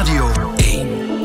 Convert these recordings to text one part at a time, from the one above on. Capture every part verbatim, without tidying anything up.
Radio één.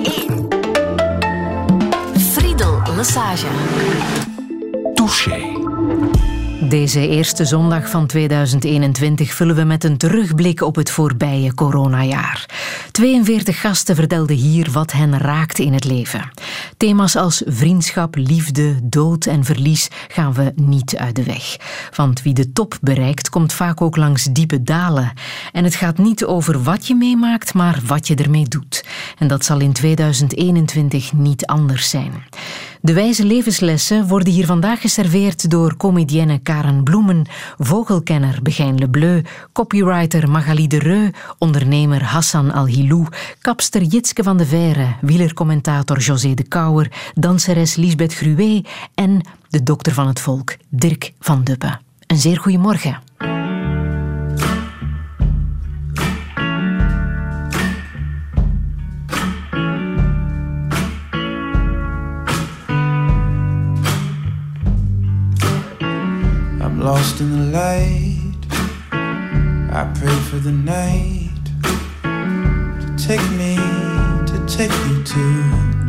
Friedel Lesage. Touché. Deze eerste zondag van tweeduizend eenentwintig vullen we met een terugblik op het voorbije coronajaar. tweeënveertig gasten vertelden hier wat hen raakte in het leven. Thema's als vriendschap, liefde, dood en verlies gaan we niet uit de weg. Want wie de top bereikt, komt vaak ook langs diepe dalen. En het gaat niet over wat je meemaakt, maar wat je ermee doet. En dat zal in tweeduizend eenentwintig niet anders zijn. De wijze levenslessen worden hier vandaag geserveerd door comedienne Karen Bloemen, vogelkenner Begijn Lebleu, copywriter Magali de Reu, ondernemer Hassan Al-Hilou, kapster Jitske van de Veire, wielercommentator José de Kouwer, danseres Lisbeth Gruwe en de dokter van het volk Dirk van Duppe. Een zeer goeie morgen. Lost in the light, I pray for the night to take me, to take me to.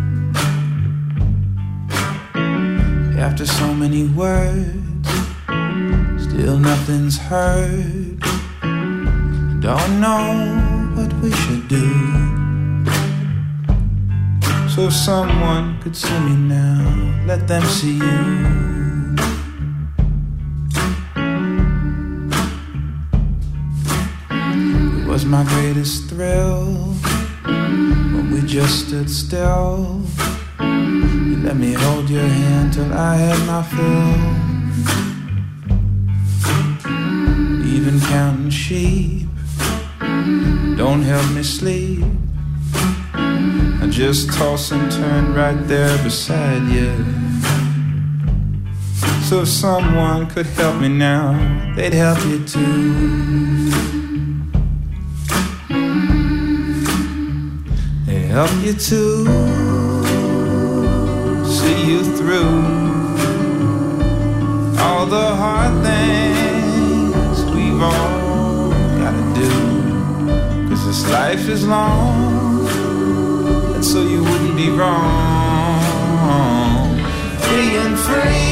After so many words, still nothing's heard. Don't know what we should do. So if someone could see me now, let them see you. Was my greatest thrill when we just stood still. You let me hold your hand till I had my fill. Even counting sheep don't help me sleep. I just toss and turn right there beside you. So if someone could help me now, they'd help you too. Help you to see you through all the hard things we've all gotta do. 'Cause this life is long, and so you wouldn't be wrong being free.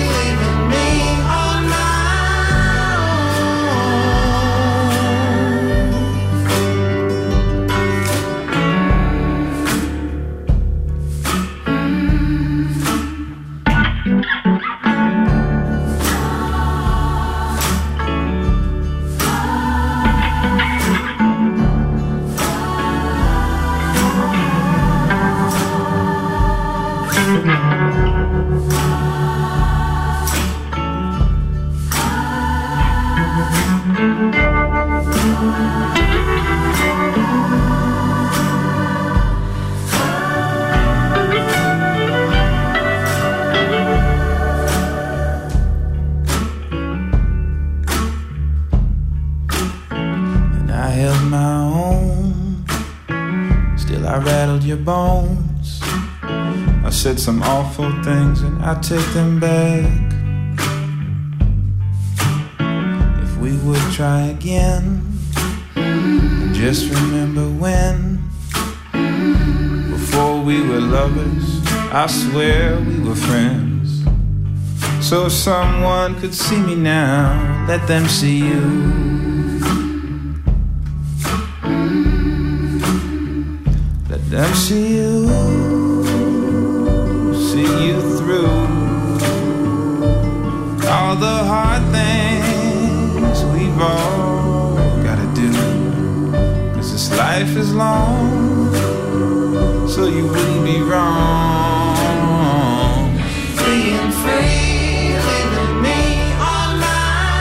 Bones. I said some awful things and I take them back. If we would try again, and just remember when, before we were lovers, I swear we were friends. So if someone could see me now, let them see you. Them see you, see you through all the hard things we've all gotta do. 'Cause this life is long, so you wouldn't be wrong being free, leaving me on my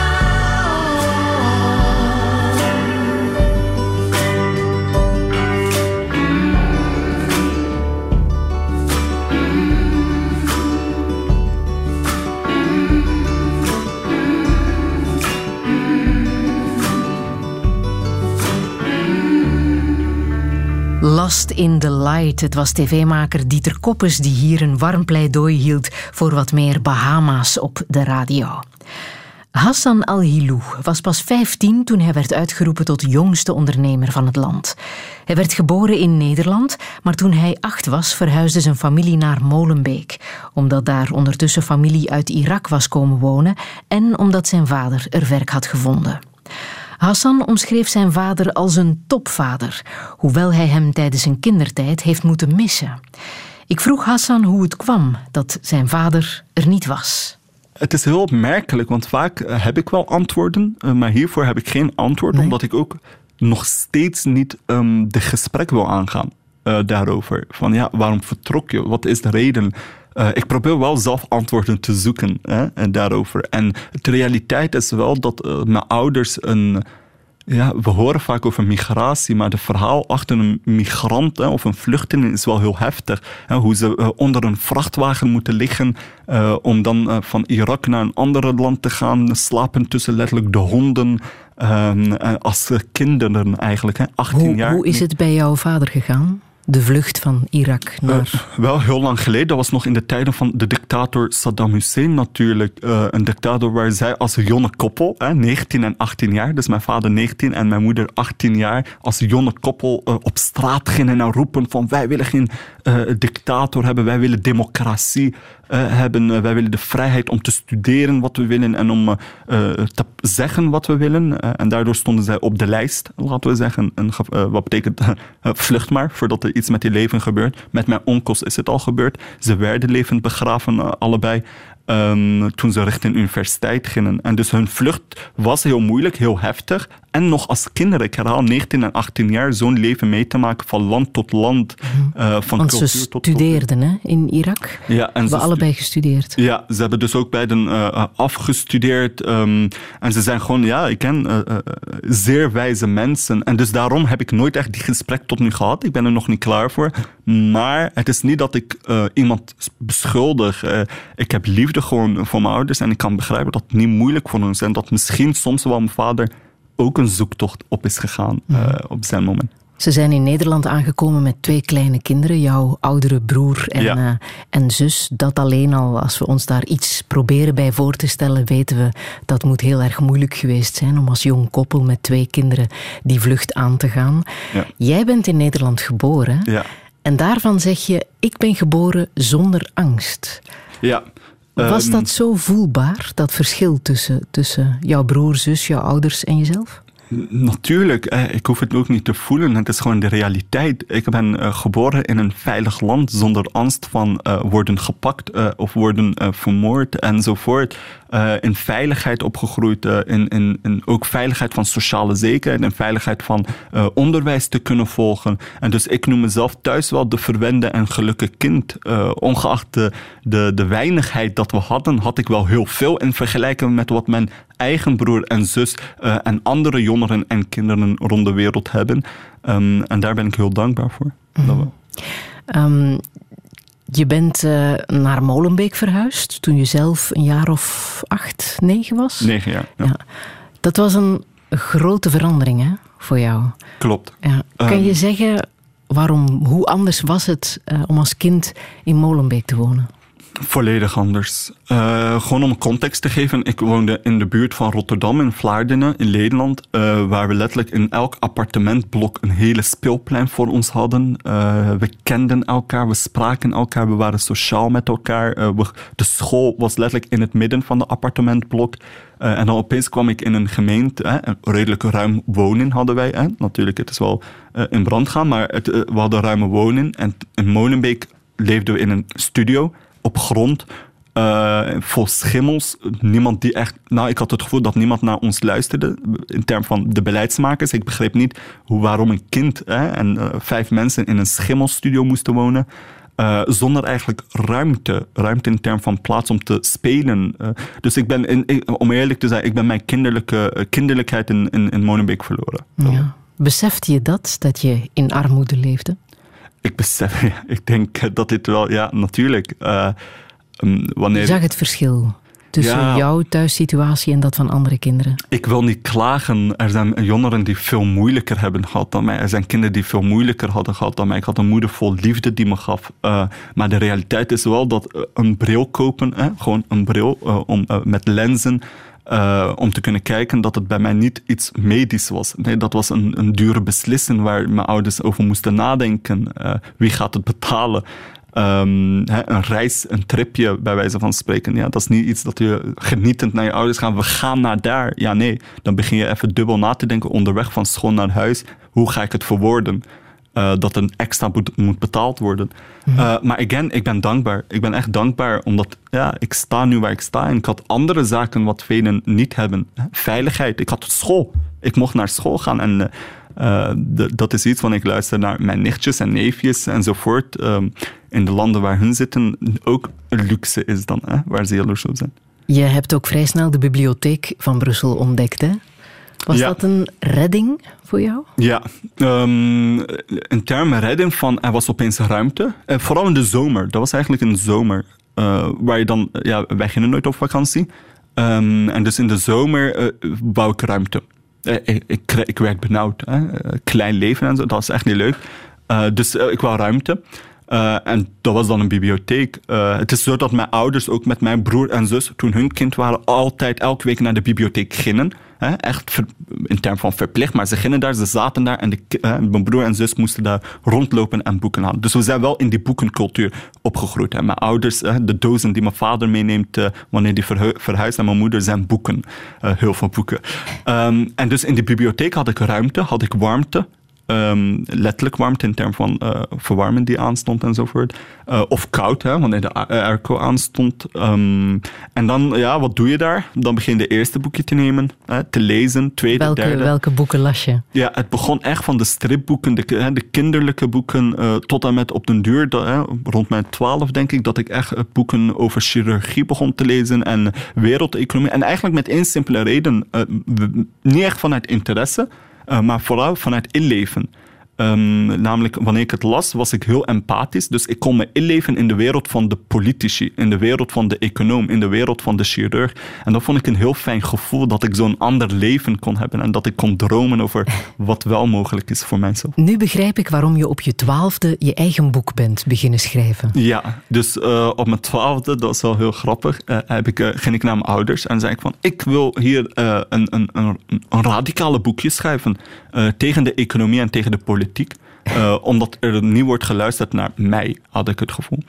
Lost in the Light. Het was tv-maker Dieter Koppes die hier een warm pleidooi hield voor wat meer Bahama's op de radio. Hassan Al-Hilou was pas vijftien toen hij werd uitgeroepen tot jongste ondernemer van het land. Hij werd geboren in Nederland, maar toen hij acht was verhuisde zijn familie naar Molenbeek, omdat daar ondertussen familie uit Irak was komen wonen en omdat zijn vader er werk had gevonden. Hassan omschreef zijn vader als een topvader, hoewel hij hem tijdens zijn kindertijd heeft moeten missen. Ik vroeg Hassan hoe het kwam dat zijn vader er niet was. Het is heel opmerkelijk, want vaak uh, heb ik wel antwoorden, uh, maar hiervoor heb ik geen antwoord, nee. Omdat ik ook nog steeds niet um, de gesprek wil aangaan uh, daarover. Van ja, waarom vertrok je? Wat is de reden? Uh, ik probeer wel zelf antwoorden te zoeken hè, en daarover. En de realiteit is wel dat uh, mijn ouders een... Ja, we horen vaak over migratie, maar het verhaal achter een migrant hè, of een vluchteling is wel heel heftig. Hè, hoe ze uh, onder een vrachtwagen moeten liggen uh, om dan uh, van Irak naar een ander land te gaan, slapen tussen letterlijk de honden, uh, als kinderen eigenlijk, hè, achttien hoe, jaar. Hoe is het bij jouw vader gegaan? De vlucht van Irak naar... Uh, wel, heel lang geleden. Dat was nog in de tijden van de dictator Saddam Hussein natuurlijk. Uh, een dictator waar zij als jonge koppel, hè, negentien en achttien jaar, dus mijn vader negentien en mijn moeder achttien jaar, als jonge koppel uh, op straat gingen en roepen van wij willen geen uh, dictator hebben, wij willen democratie uh, hebben, uh, wij willen de vrijheid om te studeren wat we willen en om uh, te zeggen wat we willen. Uh, en daardoor stonden zij op de lijst, laten we zeggen. En, uh, wat betekent uh, vlucht maar, voordat er iets met je leven gebeurt. Met mijn onkels is het al gebeurd. Ze werden levend begraven, uh, allebei. Um, toen ze richting universiteit gingen. En dus hun vlucht was heel moeilijk, heel heftig. En nog als kinderen, ik herhaal negentien en achttien jaar, zo'n leven mee te maken van land tot land. Uh, van Want cultuur ze tot studeerden hè, in Irak. Ja, en we ze allebei gestudeerd. Ja, ze hebben dus ook beiden uh, afgestudeerd. Um, en ze zijn gewoon, ja, ik ken uh, uh, zeer wijze mensen. En dus daarom heb ik nooit echt die gesprek tot nu gehad. Ik ben er nog niet klaar voor. Maar het is niet dat ik uh, iemand beschuldig. Uh, ik heb liefde gewoon voor mijn ouders. En ik kan begrijpen dat het niet moeilijk voor ons is. En dat misschien soms wel mijn vader ook een zoektocht op is gegaan uh, op zijn moment. Ze zijn in Nederland aangekomen met twee kleine kinderen, jouw oudere broer en, ja. uh, en zus. Dat alleen al, als we ons daar iets proberen bij voor te stellen, weten we dat moet heel erg moeilijk geweest zijn om als jong koppel met twee kinderen die vlucht aan te gaan. Ja. Jij bent in Nederland geboren ja. en daarvan zeg je, ik ben geboren zonder angst. Ja. Was dat zo voelbaar, dat verschil tussen, tussen jouw broer, zus, jouw ouders en jezelf? Natuurlijk, ik hoef het ook niet te voelen. Het is gewoon de realiteit. Ik ben uh, geboren in een veilig land zonder angst van uh, worden gepakt uh, of worden uh, vermoord enzovoort. Uh, in veiligheid opgegroeid, uh, in, in, in ook veiligheid van sociale zekerheid en veiligheid van uh, onderwijs te kunnen volgen. En dus ik noem mezelf thuis wel de verwende en gelukkige kind. Uh, ongeacht de, de, de weinigheid dat we hadden, had ik wel heel veel in vergelijking met wat mijn eigen broer en zus uh, en andere jongeren en kinderen rond de wereld hebben. Um, en daar ben ik heel dankbaar voor. Mm-hmm. Um, je bent uh, naar Molenbeek verhuisd toen je zelf een jaar of acht, negen was? Negen jaar, ja. ja. Dat was een grote verandering hè, voor jou. Klopt. Ja. Kan um, je zeggen waarom, hoe anders was het uh, om als kind in Molenbeek te wonen? Volledig anders. Uh, gewoon om context te geven. Ik woonde in de buurt van Rotterdam, in Vlaardingen, in Nederland. Uh, waar we letterlijk in elk appartementblok een hele speelplein voor ons hadden. Uh, we kenden elkaar, we spraken elkaar, we waren sociaal met elkaar. Uh, we, de school was letterlijk in het midden van de appartementblok. Uh, en dan opeens kwam ik in een gemeente, hè, een redelijk ruim wonen hadden wij. Hè. Natuurlijk, het is wel uh, in brand gaan, maar het, uh, we hadden ruime wonen. En in Molenbeek leefden we in een studio op grond, uh, vol schimmels. Niemand die echt... Nou, ik had het gevoel dat niemand naar ons luisterde in termen van de beleidsmakers. Ik begreep niet hoe, waarom een kind hè, en uh, vijf mensen in een schimmelstudio moesten wonen. Uh, zonder eigenlijk ruimte. Ruimte in termen van plaats om te spelen. Uh, dus ik ben, in, ik, om eerlijk te zijn, ik ben mijn kinderlijke, uh, kinderlijkheid in, in, in Molenbeek verloren. Ja. Besefte je dat, dat je in armoede leefde? Ik besef, ja, ik denk dat dit wel, ja, natuurlijk. Uh, um, wanneer... Je zag het verschil tussen ja, jouw thuissituatie en dat van andere kinderen. Ik wil niet klagen. Er zijn jongeren die veel moeilijker hebben gehad dan mij. Er zijn kinderen die veel moeilijker hadden gehad dan mij. Ik had een moeder vol liefde die me gaf. Uh, maar de realiteit is wel dat een bril kopen, hè, gewoon een bril uh, om, uh, met lenzen, Uh, om te kunnen kijken dat het bij mij niet iets medisch was. Nee, dat was een, een dure beslissing waar mijn ouders over moesten nadenken. Uh, wie gaat het betalen? Um, he, een reis, een tripje bij wijze van spreken. Ja, dat is niet iets dat je genietend naar je ouders gaat. We gaan naar daar. Ja, nee. Dan begin je even dubbel na te denken onderweg van school naar huis. Hoe ga ik het verwoorden? Uh, dat een extra moet, moet betaald worden. Mm. Uh, maar again, ik ben dankbaar. Ik ben echt dankbaar, omdat ja, ik sta nu waar ik sta. En ik had andere zaken wat velen niet hebben. Veiligheid. Ik had school. Ik mocht naar school gaan. En uh, uh, d- dat is iets wanneer ik luister naar mijn nichtjes en neefjes enzovoort. Um, in de landen waar hun zitten ook een luxe is dan. Hè, waar ze jaloers op zijn. Je hebt ook vrij snel de bibliotheek van Brussel ontdekt, hè? Was ja. dat een redding voor jou? Ja, um, in termen redding van er was opeens ruimte. Uh, vooral in de zomer. Dat was eigenlijk in de zomer. Uh, waar je dan, ja, wij gingen nooit op vakantie. Um, en dus in de zomer uh, wou ik ruimte. Uh, ik, ik, ik werd benauwd. Hè? Uh, klein leven en zo, dat was echt niet leuk. Uh, dus uh, ik wou ruimte. Uh, en dat was dan een bibliotheek. Uh, het is zo dat mijn ouders ook met mijn broer en zus, toen hun kind waren, altijd elke week naar de bibliotheek gingen. Hè? Echt ver, in termen van verplicht, maar ze gingen daar, ze zaten daar en de, uh, mijn broer en zus moesten daar rondlopen en boeken halen. Dus we zijn wel in die boekencultuur opgegroeid. Hè? Mijn ouders, uh, de dozen die mijn vader meeneemt uh, wanneer die verhu- verhuist naar mijn moeder, zijn boeken. Uh, heel veel boeken. Um, en dus in de bibliotheek had ik ruimte, had ik warmte. Um, letterlijk warmte in termen van uh, verwarming die aanstond enzovoort. Uh, of koud, hè, wanneer de airco aanstond. Um, en dan, ja, wat doe je daar? Dan begin je de eerste boekje te nemen, hè, te lezen, tweede, welke, derde. Welke boeken las je? Ja, het begon echt van de stripboeken, de, hè, de kinderlijke boeken, uh, tot en met op den duur, dat, hè, rond mijn twaalf denk ik, dat ik echt uh, boeken over chirurgie begon te lezen en uh, wereldeconomie. En eigenlijk met één simpele reden, uh, niet echt vanuit interesse, Uh, maar vooral vanuit inleven. Um, namelijk, wanneer ik het las, was ik heel empathisch. Dus ik kon me inleven in de wereld van de politici, in de wereld van de econoom, in de wereld van de chirurg. En dat vond ik een heel fijn gevoel, dat ik zo'n ander leven kon hebben en dat ik kon dromen over wat wel mogelijk is voor mijzelf. Nu begrijp ik waarom je op je twaalfde je eigen boek bent beginnen schrijven. Ja, dus uh, op mijn twaalfde, dat is wel heel grappig, uh, heb ik, uh, ging ik naar mijn ouders en zei ik van, ik wil hier uh, een, een, een, een radicale boekje schrijven uh, tegen de economie en tegen de politiek. Uh, omdat er niet wordt geluisterd naar mij, had ik het gevoel.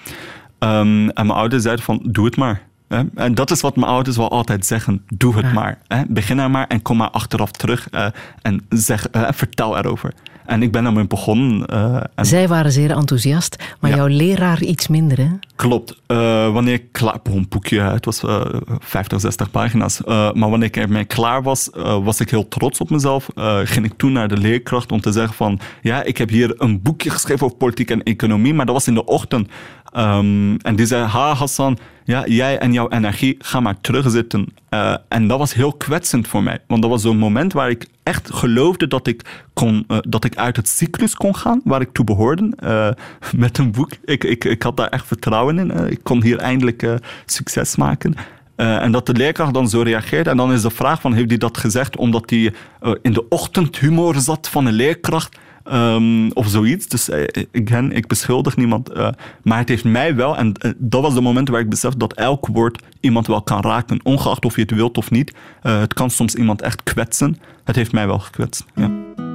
Um, en mijn ouders zeiden van, doe het maar. Hè? En dat is wat mijn ouders wel altijd zeggen. Doe het ja. maar. Hè? Begin er maar en kom maar achteraf terug uh, en zeg, uh, vertel erover. En ik ben ermee begonnen. Uh, en Zij waren zeer enthousiast, maar ja. jouw leraar iets minder, hè? Klopt. Uh, wanneer ik klaar... Een boekje, het was uh, vijftig, zestig pagina's. Uh, maar wanneer ik ermee klaar was, uh, was ik heel trots op mezelf. Uh, ging ik toen naar de leerkracht om te zeggen van... Ja, ik heb hier een boekje geschreven over politiek en economie, maar dat was in de ochtend. Um, en die zei, ha Hassan, ja, jij en jouw energie, ga maar terugzitten. Uh, en dat was heel kwetsend voor mij. Want dat was zo'n moment waar ik echt geloofde dat ik, kon, uh, dat ik uit het cyclus kon gaan, waar ik toe behoorde, uh, met een boek. Ik, ik, ik had daar echt vertrouwen in. Uh, ik kon hier eindelijk uh, succes maken. Uh, en dat de leerkracht dan zo reageerde. En dan is de vraag van, heeft hij dat gezegd omdat hij uh, in de ochtendhumor zat van een leerkracht? Um, of zoiets. Dus uh, again, ik beschuldig niemand. Uh, maar het heeft mij wel, en uh, dat was het moment waar ik besefte dat elk woord iemand wel kan raken. Ongeacht of je het wilt of niet. Uh, het kan soms iemand echt kwetsen. Het heeft mij wel gekwetst. Ja.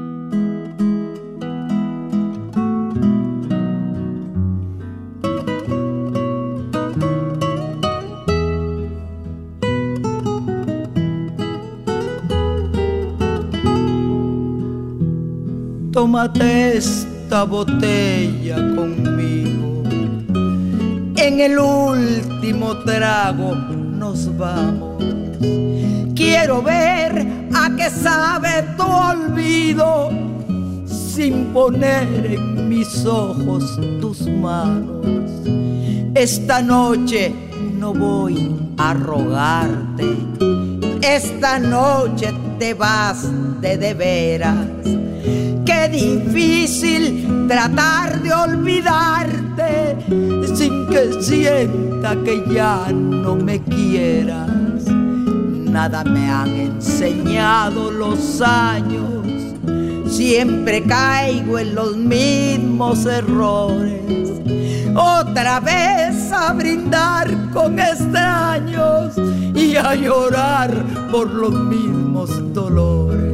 Tómate esta botella conmigo. En el último trago nos vamos. Quiero ver a qué sabe tu olvido sin poner en mis ojos tus manos. Esta noche no voy a rogarte. Esta noche te vas de de veras. Qué difícil tratar de olvidarte sin que sienta que ya no me quieras. Nada me han enseñado los años, siempre caigo en los mismos errores. Otra vez a brindar con extraños y a llorar por los mismos dolores.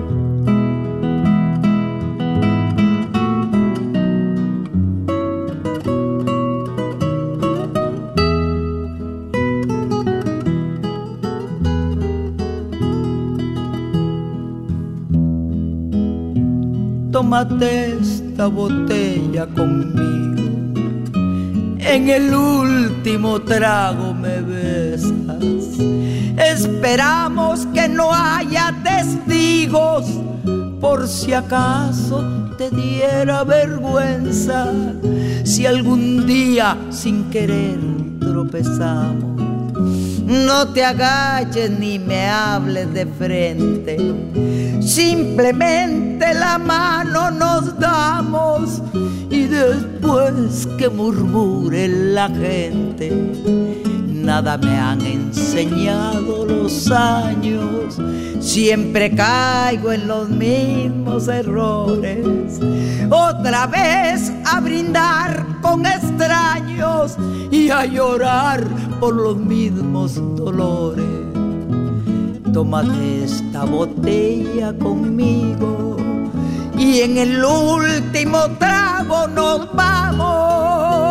Tómate esta botella conmigo, en el último trago me besas. Esperamos que no haya testigos, por si acaso te diera vergüenza, si algún día sin querer tropezamos. No te agaches ni me hables de frente, simplemente la mano nos damos y después que murmure la gente. Nada me han enseñado los años, siempre caigo en los mismos errores. Otra vez a brindar con extraños y a llorar por los mismos dolores. Tómate esta botella conmigo y en el último trago nos vamos.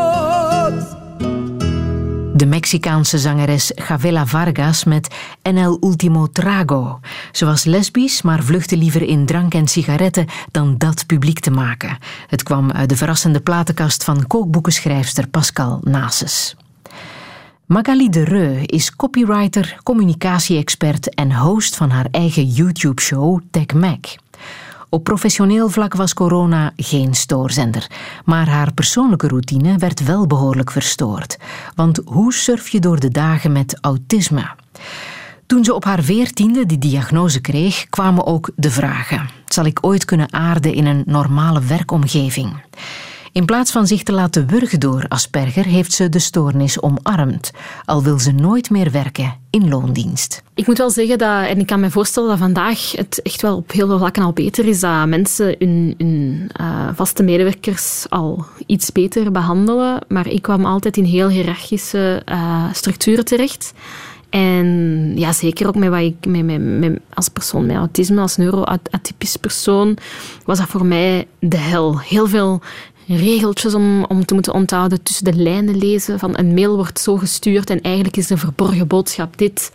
De Mexicaanse zangeres Chavela Vargas met En el Último Trago. Ze was lesbisch, maar vluchtte liever in drank en sigaretten dan dat publiek te maken. Het kwam uit de verrassende platenkast van kookboekenschrijfster Pascal Nases. Magali de Reu is copywriter, communicatie-expert en host van haar eigen YouTube-show Tech Mac. Op professioneel vlak was corona geen stoorzender, maar haar persoonlijke routine werd wel behoorlijk verstoord. Want hoe surf je door de dagen met autisme? Toen ze op haar veertiende die diagnose kreeg, kwamen ook de vragen. Zal ik ooit kunnen aarden in een normale werkomgeving? In plaats van zich te laten wurgen door Asperger, heeft ze de stoornis omarmd. Al wil ze nooit meer werken in loondienst. Ik moet wel zeggen dat, en ik kan me voorstellen dat vandaag het echt wel op heel veel vlakken al beter is, dat mensen hun, hun uh, vaste medewerkers al iets beter behandelen. Maar ik kwam altijd in heel hiërarchische uh, structuren terecht. En ja, zeker ook met wat ik met, met, met, als persoon met autisme, als neuroatypisch persoon, was dat voor mij de hel. Heel veel regeltjes om, om te moeten onthouden, tussen de lijnen lezen, van een mail wordt zo gestuurd en eigenlijk is de verborgen boodschap dit.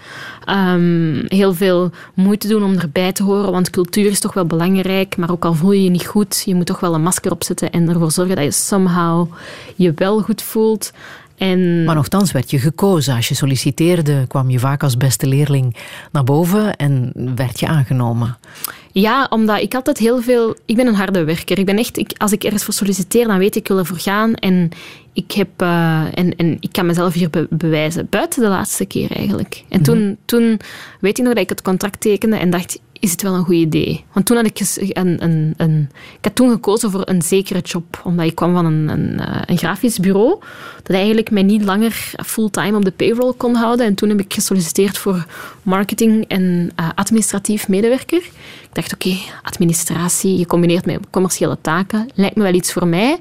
Um, heel veel moeite doen om erbij te horen, want cultuur is toch wel belangrijk, maar ook al voel je je niet goed, je moet toch wel een masker opzetten en ervoor zorgen dat je somehow je wel goed voelt. En maar nochtans werd je gekozen. Als je solliciteerde, kwam je vaak als beste leerling naar boven en werd je aangenomen. Ja, omdat ik altijd heel veel... Ik ben een harde werker. Ik ben echt, ik, als ik ergens voor solliciteer, dan weet ik, ik wil ervoor gaan. En ik, heb, uh, en, en ik kan mezelf hier be- bewijzen. Buiten de laatste keer eigenlijk. En toen, mm-hmm. toen weet ik nog dat ik het contract tekende en dacht, is het wel een goed idee? Want toen had ik een, een, een... Ik had toen gekozen voor een zekere job. Omdat ik kwam van een, een, een grafisch bureau dat eigenlijk mij niet langer fulltime op de payroll kon houden. En toen heb ik gesolliciteerd voor marketing en uh, administratief medewerker. Ik dacht, oké, okay, administratie, gecombineerd met commerciële taken, lijkt me wel iets voor mij.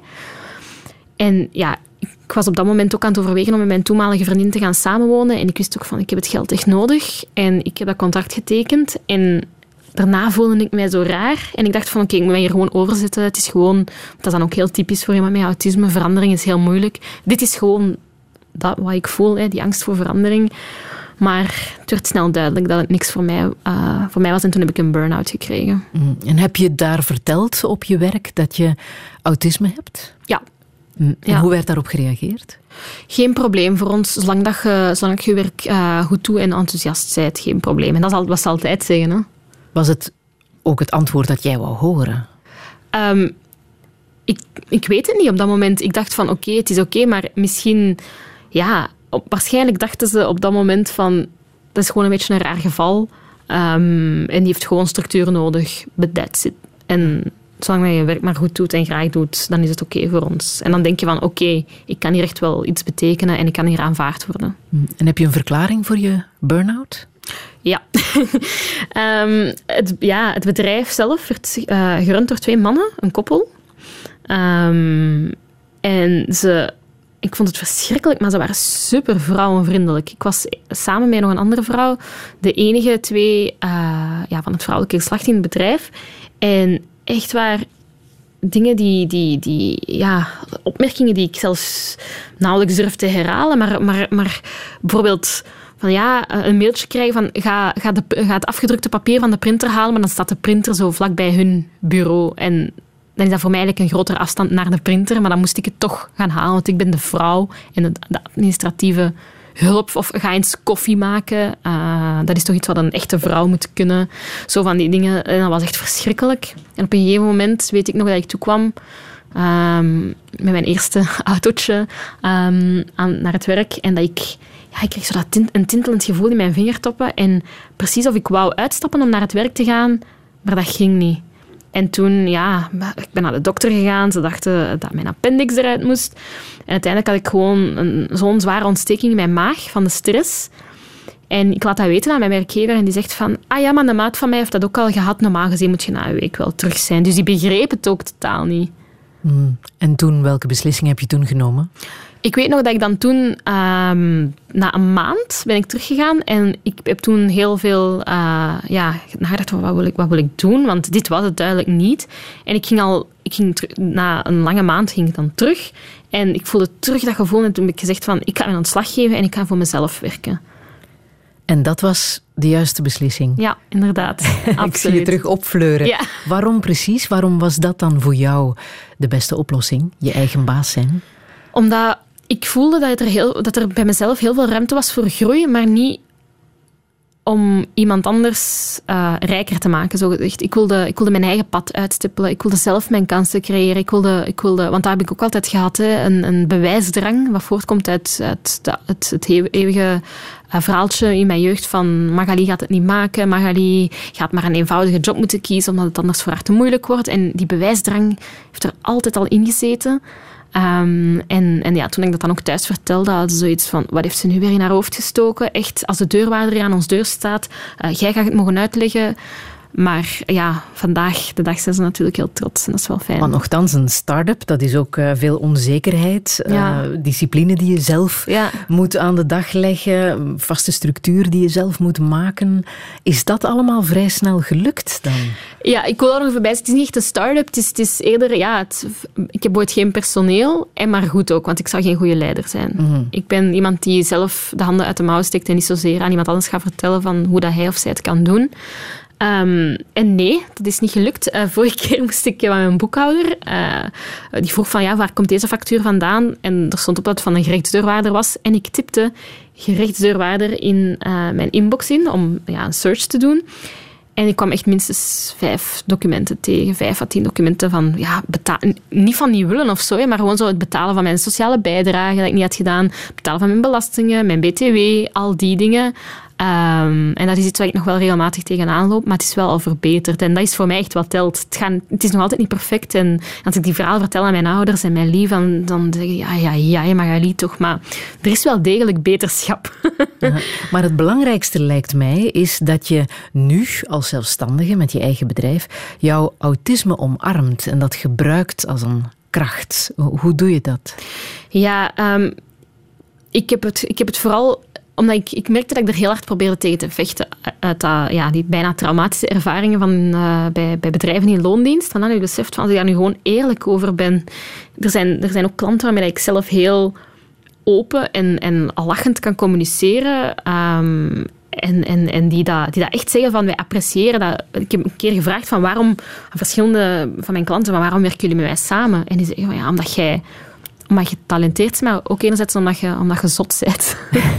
En ja, ik was op dat moment ook aan het overwegen om met mijn toenmalige vriendin te gaan samenwonen. En ik wist ook van, ik heb het geld echt nodig. En ik heb dat contract getekend. En daarna voelde ik mij zo raar. En ik dacht van, oké, okay, ik moet mij hier gewoon overzetten. Het is gewoon, dat is dan ook heel typisch voor iemand met autisme. Verandering is heel moeilijk. Dit is gewoon dat, wat ik voel, hè, die angst voor verandering. Maar het werd snel duidelijk dat het niks voor mij, uh, voor mij was. En toen heb ik een burn-out gekregen. En heb je daar verteld op je werk dat je autisme hebt? Ja. En ja. Hoe werd daarop gereageerd? Geen probleem voor ons. Zolang dat je, zolang je werk uh, goed doet en enthousiast bent, geen probleem. En dat is wat ze altijd zeggen. Hè. Was het ook het antwoord dat jij wou horen? Um, ik, ik weet het niet op dat moment. Ik dacht van, oké, okay, het is oké, okay, maar misschien... Ja, op, waarschijnlijk dachten ze op dat moment van... Dat is gewoon een beetje een raar geval. Um, en die heeft gewoon structuur nodig. But that's it. En zolang je je werk maar goed doet en graag doet, dan is het oké okay voor ons. En dan denk je van, oké, okay, ik kan hier echt wel iets betekenen en ik kan hier aanvaard worden. En heb je een verklaring voor je burn-out? Ja. um, het, ja, het bedrijf zelf werd uh, gerund door twee mannen, een koppel. Um, en ze... Ik vond het verschrikkelijk, maar ze waren super vrouwenvriendelijk. Ik was samen met nog een andere vrouw de enige twee uh, ja, van het vrouwelijke geslacht in het bedrijf. En echt waar... Dingen die, die, die, ja, opmerkingen die ik zelfs nauwelijks durf te herhalen, maar, maar, maar bijvoorbeeld van ja, een mailtje krijgen van ga, ga, de, ga het afgedrukte papier van de printer halen, maar dan staat de printer zo vlak bij hun bureau. En dan is dat voor mij eigenlijk een grotere afstand naar de printer, maar dan moest ik het toch gaan halen, want ik ben de vrouw en de, de administratieve hulp of ga eens koffie maken. Uh, dat is toch iets wat een echte vrouw moet kunnen. Zo van die dingen. En dat was echt verschrikkelijk. En op een gegeven moment weet ik nog dat ik toekwam um, met mijn eerste autootje um, aan, naar het werk en dat ik... Ja, ik kreeg zo dat tint, een tintelend gevoel in mijn vingertoppen en precies of ik wou uitstappen om naar het werk te gaan, maar dat ging niet. En toen, ja, ik ben naar de dokter gegaan. Ze dachten dat mijn appendix eruit moest. En uiteindelijk had ik gewoon een, zo'n zware ontsteking in mijn maag van de stress. En ik laat dat weten aan mijn werkgever en die zegt van ah ja, maar de maat van mij heeft dat ook al gehad. Normaal gezien moet je na een week wel terug zijn. Dus die begreep het ook totaal niet. Mm. En toen, welke beslissing heb je toen genomen? Ik weet nog dat ik dan toen, um, na een maand, ben ik teruggegaan en ik heb toen heel veel uh, ja, nagedacht van wat wil, ik, wat wil ik doen, want dit was het duidelijk niet. En ik ging al, ik ging terug, na een lange maand ging ik dan terug en ik voelde terug dat gevoel en toen heb ik gezegd van ik ga een ontslag geven en ik ga voor mezelf werken. En dat was de juiste beslissing? Ja, inderdaad. Ik zie je terug opfleuren. Ja. Waarom precies? Waarom was dat dan voor jou de beste oplossing? Je eigen baas zijn? Omdat ik voelde dat er, heel, dat er bij mezelf heel veel ruimte was voor groei, maar niet om iemand anders uh, rijker te maken, zo gezegd. Ik wilde, ik wilde mijn eigen pad uitstippelen. Ik wilde zelf mijn kansen creëren. Ik wilde, ik wilde, want dat heb ik ook altijd gehad, hè, een, een bewijsdrang, wat voortkomt uit, uit de, het, het eeuwige uh, verhaaltje in mijn jeugd van Magali gaat het niet maken, Magali gaat maar een eenvoudige job moeten kiezen, omdat het anders voor haar te moeilijk wordt. En die bewijsdrang heeft er altijd al in gezeten. Um, en, en ja, toen ik dat dan ook thuis vertelde, hadden ze zoiets van, wat heeft ze nu weer in haar hoofd gestoken? Echt, als de deurwaarder hier aan ons deur staat, uh, jij gaat het mogen uitleggen. Maar ja, vandaag de dag zijn ze natuurlijk heel trots en dat is wel fijn. Maar nochtans, een start-up, dat is ook uh, veel onzekerheid. Ja. Uh, discipline die je zelf ja. moet aan de dag leggen. Vaste structuur die je zelf moet maken. Is dat allemaal vrij snel gelukt dan? Ja, ik wil er nog voorbij. Het is niet echt een start-up. Het is, het is eerder... Ja, het, ik heb ooit geen personeel. En maar goed ook, want ik zou geen goede leider zijn. Mm-hmm. Ik ben iemand die zelf de handen uit de mouw steekt en niet zozeer aan iemand anders gaat vertellen van hoe dat hij of zij het kan doen. Um, en nee, dat is niet gelukt. Uh, vorige keer moest ik bij mijn boekhouder. Uh, die vroeg van, ja, waar komt deze factuur vandaan? En er stond op dat het van een gerechtsdeurwaarder was. En ik tipte gerechtsdeurwaarder in uh, mijn inbox in om ja, een search te doen. En ik kwam echt minstens vijf documenten tegen. Vijf à tien documenten van, ja, beta- niet van niet willen of zo, maar gewoon zo het betalen van mijn sociale bijdrage dat ik niet had gedaan. Het betalen van mijn belastingen, mijn B T W, al die dingen. Um, en dat is iets waar ik nog wel regelmatig tegenaan loop, maar het is wel al verbeterd. En dat is voor mij echt wat telt. Het, gaan, het is nog altijd niet perfect. En als ik die verhaal vertel aan mijn ouders en mijn lief, dan, dan zeg ik, ja, ja, ja, je Magali toch. Maar er is wel degelijk beterschap. Ja, maar het belangrijkste lijkt mij is dat je nu als zelfstandige met je eigen bedrijf jouw autisme omarmt en dat gebruikt als een kracht. Hoe doe je dat? Ja, um, ik, heb het, ik heb het vooral... Omdat ik, ik merkte dat ik er heel hard probeerde tegen te vechten. Uit dat, ja, die bijna traumatische ervaringen van, uh, bij, bij bedrijven in loondienst. En dan heb je beseft van, als ik daar nu gewoon eerlijk over ben. Er zijn, er zijn ook klanten waarmee ik zelf heel open en, en lachend kan communiceren. Um, en en, en die, dat, die dat echt zeggen van, wij appreciëren dat. Ik heb een keer gevraagd van waarom, aan verschillende van mijn klanten, van waarom werken jullie met mij samen? En die zeggen van, ja, omdat jij... Omdat je getalenteerd bent, maar ook enerzijds omdat je, omdat je zot bent.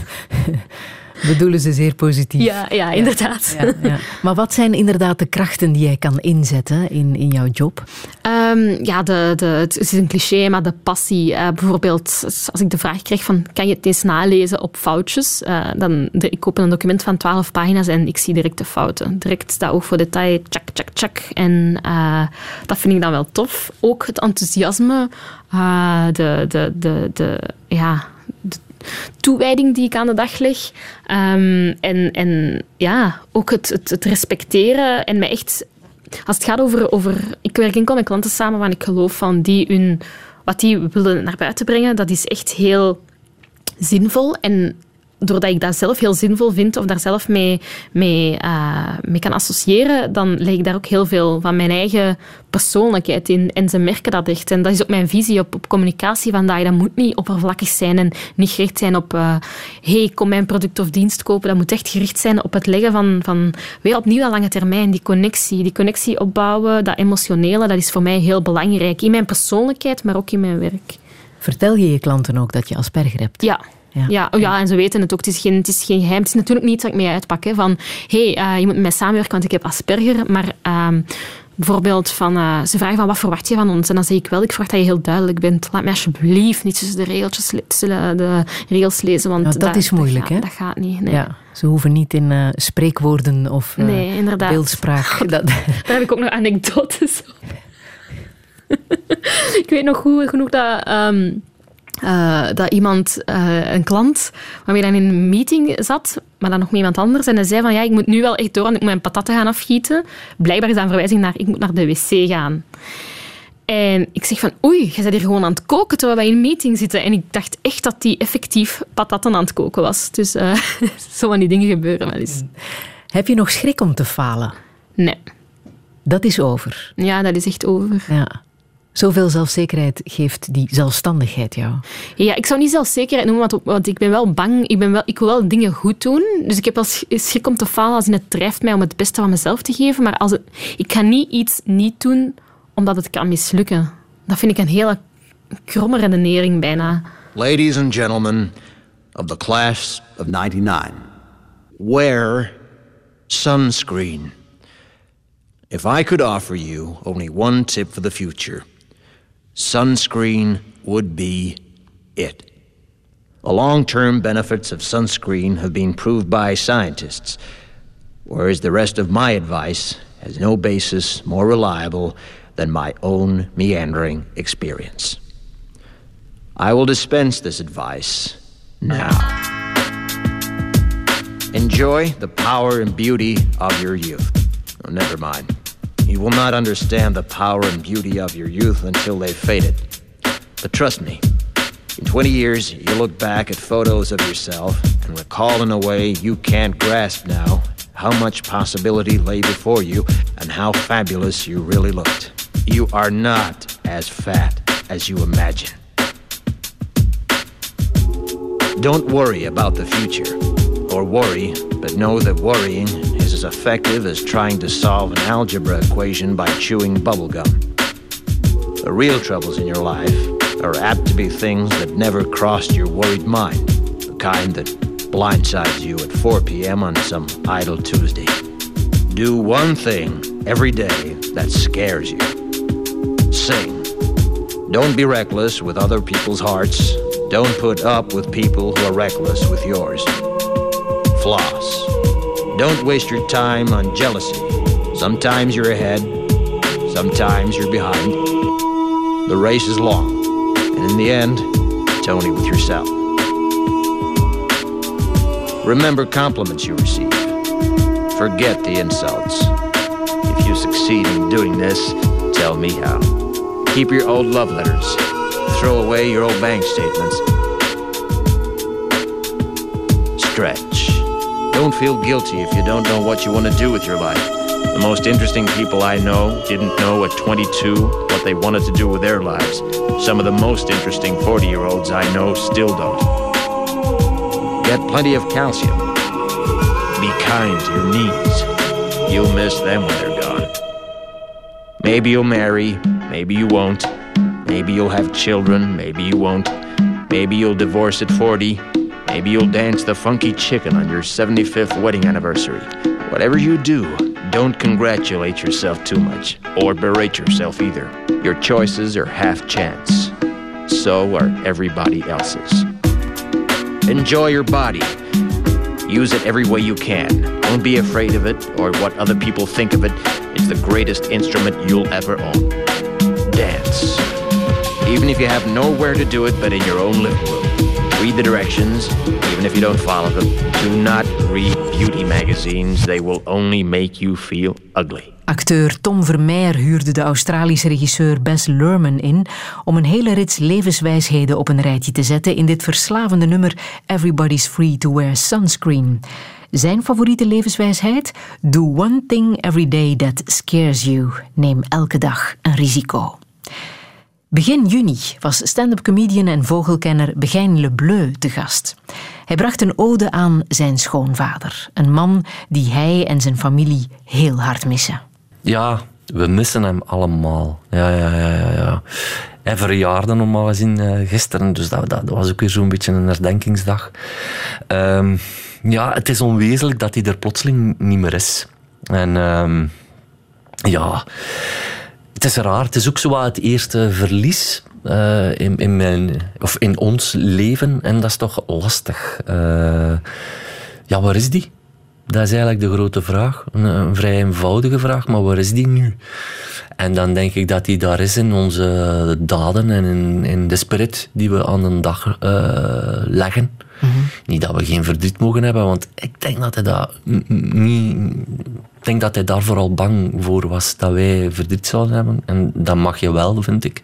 Bedoelen ze zeer positief. Ja, ja inderdaad. Ja, ja. Maar wat zijn inderdaad de krachten die jij kan inzetten in, in jouw job? Um, ja, de, de, het is een cliché, maar de passie. Uh, bijvoorbeeld, als ik de vraag krijg van, kan je het eens nalezen op foutjes? Uh, dan, de, ik open een document van twaalf pagina's en ik zie direct de fouten. Direct dat oog voor detail, tjak, tjak, tjak. En uh, dat vind ik dan wel tof. Ook het enthousiasme, uh, de, de, de, de, ja... De, toewijding die ik aan de dag leg. Um, en, en ja, ook het, het, het respecteren en me echt... Als het gaat over, over... Ik werk enkel met klanten samen waar ik geloof van die hun... Wat die willen naar buiten brengen, dat is echt heel zinvol. En doordat ik dat zelf heel zinvol vind of daar zelf mee, mee, uh, mee kan associëren, dan leg ik daar ook heel veel van mijn eigen persoonlijkheid in. En ze merken dat echt. En dat is ook mijn visie op, op communicatie vandaag. Dat moet niet oppervlakkig zijn en niet gericht zijn op uh, hey, kom mijn product of dienst kopen. Dat moet echt gericht zijn op het leggen van, van weer opnieuw aan lange termijn. Die connectie, die connectie opbouwen, dat emotionele, dat is voor mij heel belangrijk. In mijn persoonlijkheid, maar ook in mijn werk. Vertel je je klanten ook dat je Asperger hebt? Ja. Ja. Ja, oh ja, en ze weten het ook. Het is geen, het is geen geheim. Het is natuurlijk niet dat ik mee uitpak. Hè, van, hé, hey, uh, je moet met mij samenwerken, want ik heb Asperger. Maar uh, bijvoorbeeld, van, uh, ze vragen van, wat verwacht je van ons? En dan zeg ik wel, ik verwacht dat je heel duidelijk bent. Laat mij alsjeblieft niet tussen de, regeltjes, tussen de regels lezen. Want nou, dat, dat is moeilijk, dat hè? Gaat, dat gaat niet, nee. Ja, ze hoeven niet in uh, spreekwoorden of uh, nee, inderdaad. beeldspraak. God, dat... Daar heb ik ook nog anekdotes op. Ik weet nog goed genoeg dat... Um, Uh, dat iemand, uh, een klant, waarmee dan in een meeting zat, maar dan nog met iemand anders, en hij zei van, ja, ik moet nu wel echt door, want ik moet mijn patatten gaan afgieten. Blijkbaar is dat een verwijzing naar, ik moet naar de wc gaan. En ik zeg van, oei, je bent hier gewoon aan het koken terwijl wij in een meeting zitten. En ik dacht echt dat die effectief patatten aan het koken was. Dus uh, zo van die dingen gebeuren wel eens. Heb je nog schrik om te falen? Nee. Dat is over? Ja, dat is echt over. Ja. Zoveel zelfzekerheid geeft die zelfstandigheid jou? Ja, ik zou niet zelfzekerheid noemen, want, want ik ben wel bang. Ik, ben wel, ik wil wel dingen goed doen. Dus ik heb wel schrik om te falen als in het drijft mij om het beste van mezelf te geven. Maar als het, ik ga niet iets niet doen omdat het kan mislukken. Dat vind ik een hele kromme redenering bijna. Ladies and gentlemen of the class of ninety-nine, wear sunscreen. If I could offer you only one tip for the future, sunscreen would be it. The long-term benefits of sunscreen have been proved by scientists, whereas the rest of my advice has no basis more reliable than my own meandering experience. I will dispense this advice now. Enjoy the power and beauty of your youth. Oh, never mind. You will not understand the power and beauty of your youth until they've faded. But trust me, in twenty years, you'll look back at photos of yourself and recall in a way you can't grasp now how much possibility lay before you and how fabulous you really looked. You are not as fat as you imagine. Don't worry about the future, or worry, but know that worrying is as effective as trying to solve an algebra equation by chewing bubblegum. The real troubles in your life are apt to be things that never crossed your worried mind, the kind that blindsides you at four p.m. on some idle Tuesday. Do one thing every day that scares you. Sing. Don't be reckless with other people's hearts. Don't put up with people who are reckless with yours. Floss. Don't waste your time on jealousy. Sometimes you're ahead, sometimes you're behind. The race is long, and in the end, it's only with yourself. Remember compliments you receive. Forget the insults. If you succeed in doing this, tell me how. Keep your old love letters. Throw away your old bank statements. Stretch. Don't feel guilty if you don't know what you want to do with your life. The most interesting people I know didn't know at twenty-two what they wanted to do with their lives. Some of the most interesting forty-year-olds I know still don't. Get plenty of calcium. Be kind to your knees. You'll miss them when they're gone. Maybe you'll marry, maybe you won't. Maybe you'll have children, maybe you won't. Maybe you'll divorce at forty. Maybe you'll dance the funky chicken on your seventy-fifth wedding anniversary. Whatever you do, don't congratulate yourself too much, or berate yourself either. Your choices are half chance. So are everybody else's. Enjoy your body. Use it every way you can. Don't be afraid of it, or what other people think of it. It's the greatest instrument you'll ever own. Dance. Even if you have nowhere to do it but in your own living room. Read the directions, even if you don't follow them. Do not read beauty magazines. They will only make you feel ugly. Acteur Tom Vermeer huurde de Australische regisseur Baz Luhrmann in om een hele rits levenswijsheden op een rijtje te zetten in dit verslavende nummer Everybody's Free to Wear Sunscreen. Zijn favoriete levenswijsheid? Do one thing every day that scares you. Neem elke dag een risico. Begin juni was stand-up comedian en vogelkenner Begijn Lebleu te gast. Hij bracht een ode aan zijn schoonvader. Een man die hij en zijn familie heel hard missen. Ja, we missen hem allemaal. Ja, ja, ja, ja. ja. Hij verjaarde normaal gezien uh, gisteren, dus dat, dat was ook weer zo'n beetje een herdenkingsdag. Um, ja, het is onwezenlijk dat hij er plotseling niet meer is. En um, ja... Het is raar, het is ook zo wat het eerste verlies uh, in, in, mijn, of in ons leven. En dat is toch lastig. Uh, ja, waar is die? Dat is eigenlijk de grote vraag. Een, een vrij eenvoudige vraag, maar waar is die nu? En dan denk ik dat die daar is in onze daden en in, in de spirit die we aan de dag uh, leggen. Mm-hmm. Niet dat we geen verdriet mogen hebben, want ik denk dat hij dat niet... Ik denk dat hij daar vooral bang voor was, dat wij verdriet zouden hebben. En dat mag je wel, vind ik.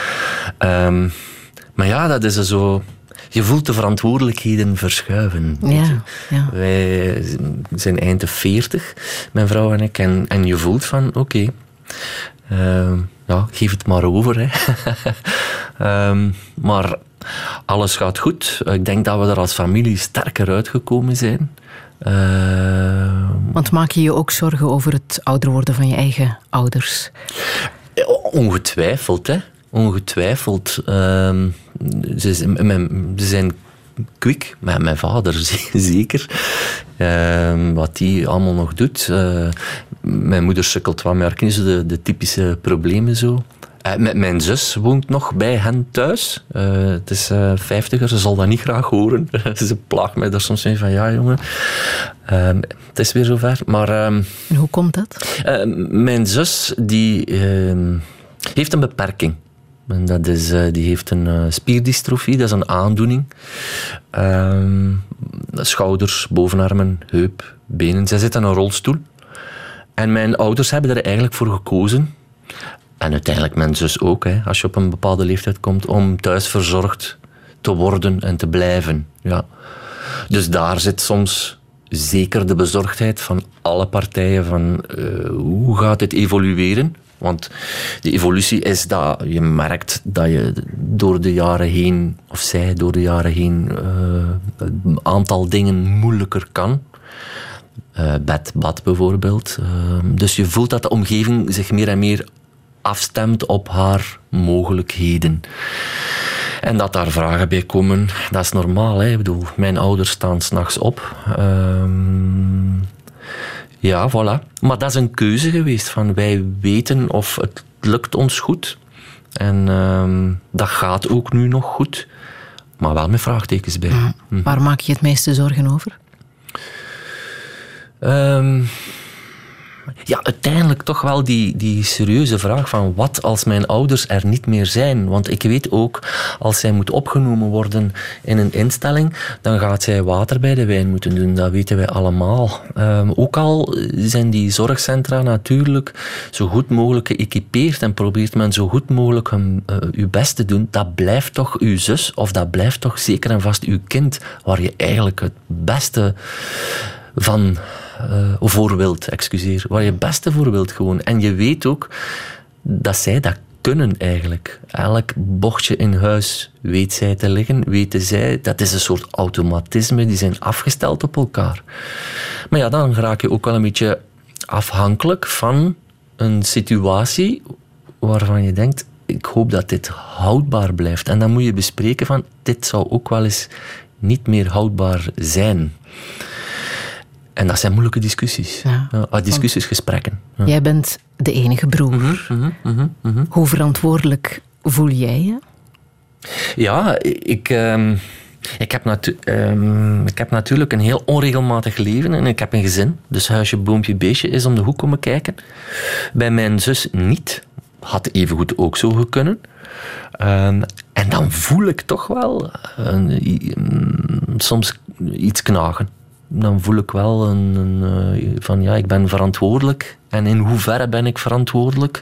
Um, maar ja, dat is zo... Je voelt de verantwoordelijkheden verschuiven. Ja, ja. Wij zijn eind de veertig, mijn vrouw en ik. En, en je voelt van, oké... Okay, uh, ja, geef het maar over. Hè. um, maar alles gaat goed. Ik denk dat we er als familie sterker uitgekomen zijn. Uh, Want maak je je ook zorgen over het ouder worden van je eigen ouders? Ongetwijfeld, hè. Ongetwijfeld. Uh, ze, mijn, ze zijn kwik, mijn, mijn vader zeker. Uh, wat die allemaal nog doet. Uh, mijn moeder sukkelt wat meer, de, de typische problemen zo. Uh, met mijn zus woont nog bij hen thuis. Uh, het is uh, vijftiger, ze zal dat niet graag horen. Ze plaagt mij daar soms mee van, ja jongen, uh, het is weer zover. Maar, uh, en hoe komt dat? Uh, mijn zus die, uh, heeft een beperking. En dat is, uh, die heeft een uh, spierdystrofie, dat is een aandoening. Uh, schouders, bovenarmen, heup, benen. Zij zit in een rolstoel. En mijn ouders hebben er eigenlijk voor gekozen... En uiteindelijk mijn zus ook, hè, als je op een bepaalde leeftijd komt, om thuis verzorgd te worden en te blijven. Ja. Dus daar zit soms zeker de bezorgdheid van alle partijen van uh, hoe gaat dit evolueren? Want de evolutie is dat je merkt dat je door de jaren heen, of zij door de jaren heen, uh, een aantal dingen moeilijker kan. Uh, bed, bad bijvoorbeeld. Uh, dus je voelt dat de omgeving zich meer en meer afstemt op haar mogelijkheden. En dat daar vragen bij komen, dat is normaal. Hè? Ik bedoel, mijn ouders staan 's nachts op. Um, ja, voilà. Maar dat is een keuze geweest. Van wij weten of het lukt ons goed. En um, dat gaat ook nu nog goed. Maar wel met vraagtekens bij. Ja, hm. Waar maak je het meeste zorgen over? Um, Ja, uiteindelijk toch wel die, die serieuze vraag van wat als mijn ouders er niet meer zijn? Want ik weet ook, als zij moet opgenomen worden in een instelling, dan gaat zij water bij de wijn moeten doen. Dat weten wij allemaal. Um, ook al zijn die zorgcentra natuurlijk zo goed mogelijk geëquipeerd en probeert men zo goed mogelijk hun, uh, uw best te doen, dat blijft toch uw zus of dat blijft toch zeker en vast uw kind waar je eigenlijk het beste van... Uh, voor wilt, excuseer. Waar je het beste voor wilt gewoon. En je weet ook dat zij dat kunnen eigenlijk. Elk bochtje in huis weet zij te liggen, weten zij. Dat is een soort automatisme, die zijn afgesteld op elkaar. Maar ja, dan raak je ook wel een beetje afhankelijk van een situatie waarvan je denkt, ik hoop dat dit houdbaar blijft. En dan moet je bespreken van, dit zou ook wel eens niet meer houdbaar zijn. En dat zijn moeilijke discussies. Ja. Ja, discussies, gesprekken. Ja. Jij bent de enige broer. Mm-hmm, mm-hmm, mm-hmm. Hoe verantwoordelijk voel jij je? Ja, ik, um, ik, heb natu- um, ik heb natuurlijk een heel onregelmatig leven en ik heb een gezin. Dus huisje, boompje, beestje is om de hoek komen kijken. Bij mijn zus niet. Had evengoed ook zo gekunnen. Um, En dan voel ik toch wel een, een, soms iets knagen. Dan voel ik wel een, een, van ja, ik ben verantwoordelijk. En in hoeverre ben ik verantwoordelijk?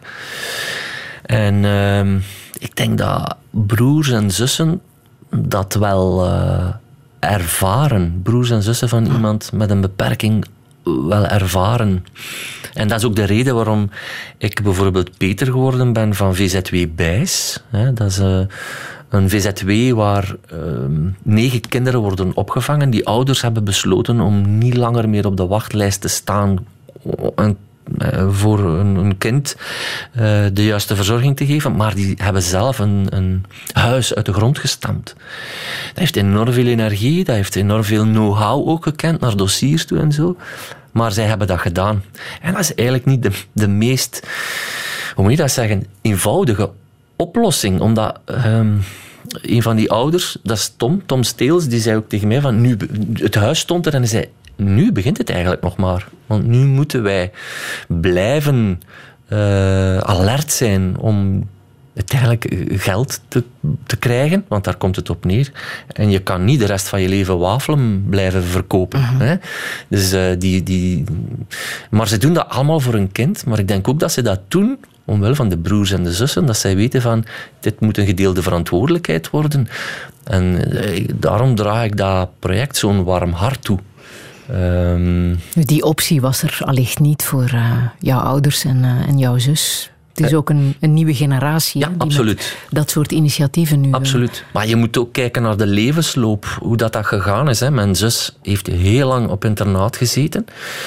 En uh, ik denk dat broers en zussen dat wel uh, ervaren. Broers en zussen van iemand met een beperking wel ervaren. En dat is ook de reden waarom ik bijvoorbeeld Peter geworden ben van V Z W Bijs. Dat is uh, een V Z W waar uh, negen kinderen worden opgevangen. Die ouders hebben besloten om niet langer meer op de wachtlijst te staan en voor een, een kind uh, de juiste verzorging te geven, maar die hebben zelf een, een huis uit de grond gestampt. Dat heeft enorm veel energie, dat heeft enorm veel know-how ook gekend, naar dossiers toe en zo. Maar zij hebben dat gedaan. En dat is eigenlijk niet de, de meest, hoe moet je dat zeggen, eenvoudige oplossing, omdat um, een van die ouders, dat is Tom, Tom Steels, die zei ook tegen mij van, nu, het huis stond er en hij zei, nu begint het eigenlijk nog maar. Want nu moeten wij blijven uh, alert zijn om uiteindelijk geld te, te krijgen, want daar komt het op neer. En je kan niet de rest van je leven wafelen blijven verkopen. Uh-huh. Hè? Dus, uh, die, die... Maar ze doen dat allemaal voor een kind. Maar ik denk ook dat ze dat doen omwille van de broers en de zussen, dat zij weten van, dit moet een gedeelde verantwoordelijkheid worden. En uh, daarom draag ik dat project zo'n warm hart toe. Um... Die optie was er allicht niet voor uh, jouw ouders en, uh, en jouw zus. Het is ook een, een nieuwe generatie, ja, hè, die absoluut. met dat soort initiatieven nu... Absoluut. Maar je moet ook kijken naar de levensloop, hoe dat, dat gegaan is. Hè. Mijn zus heeft heel lang op internaat gezeten.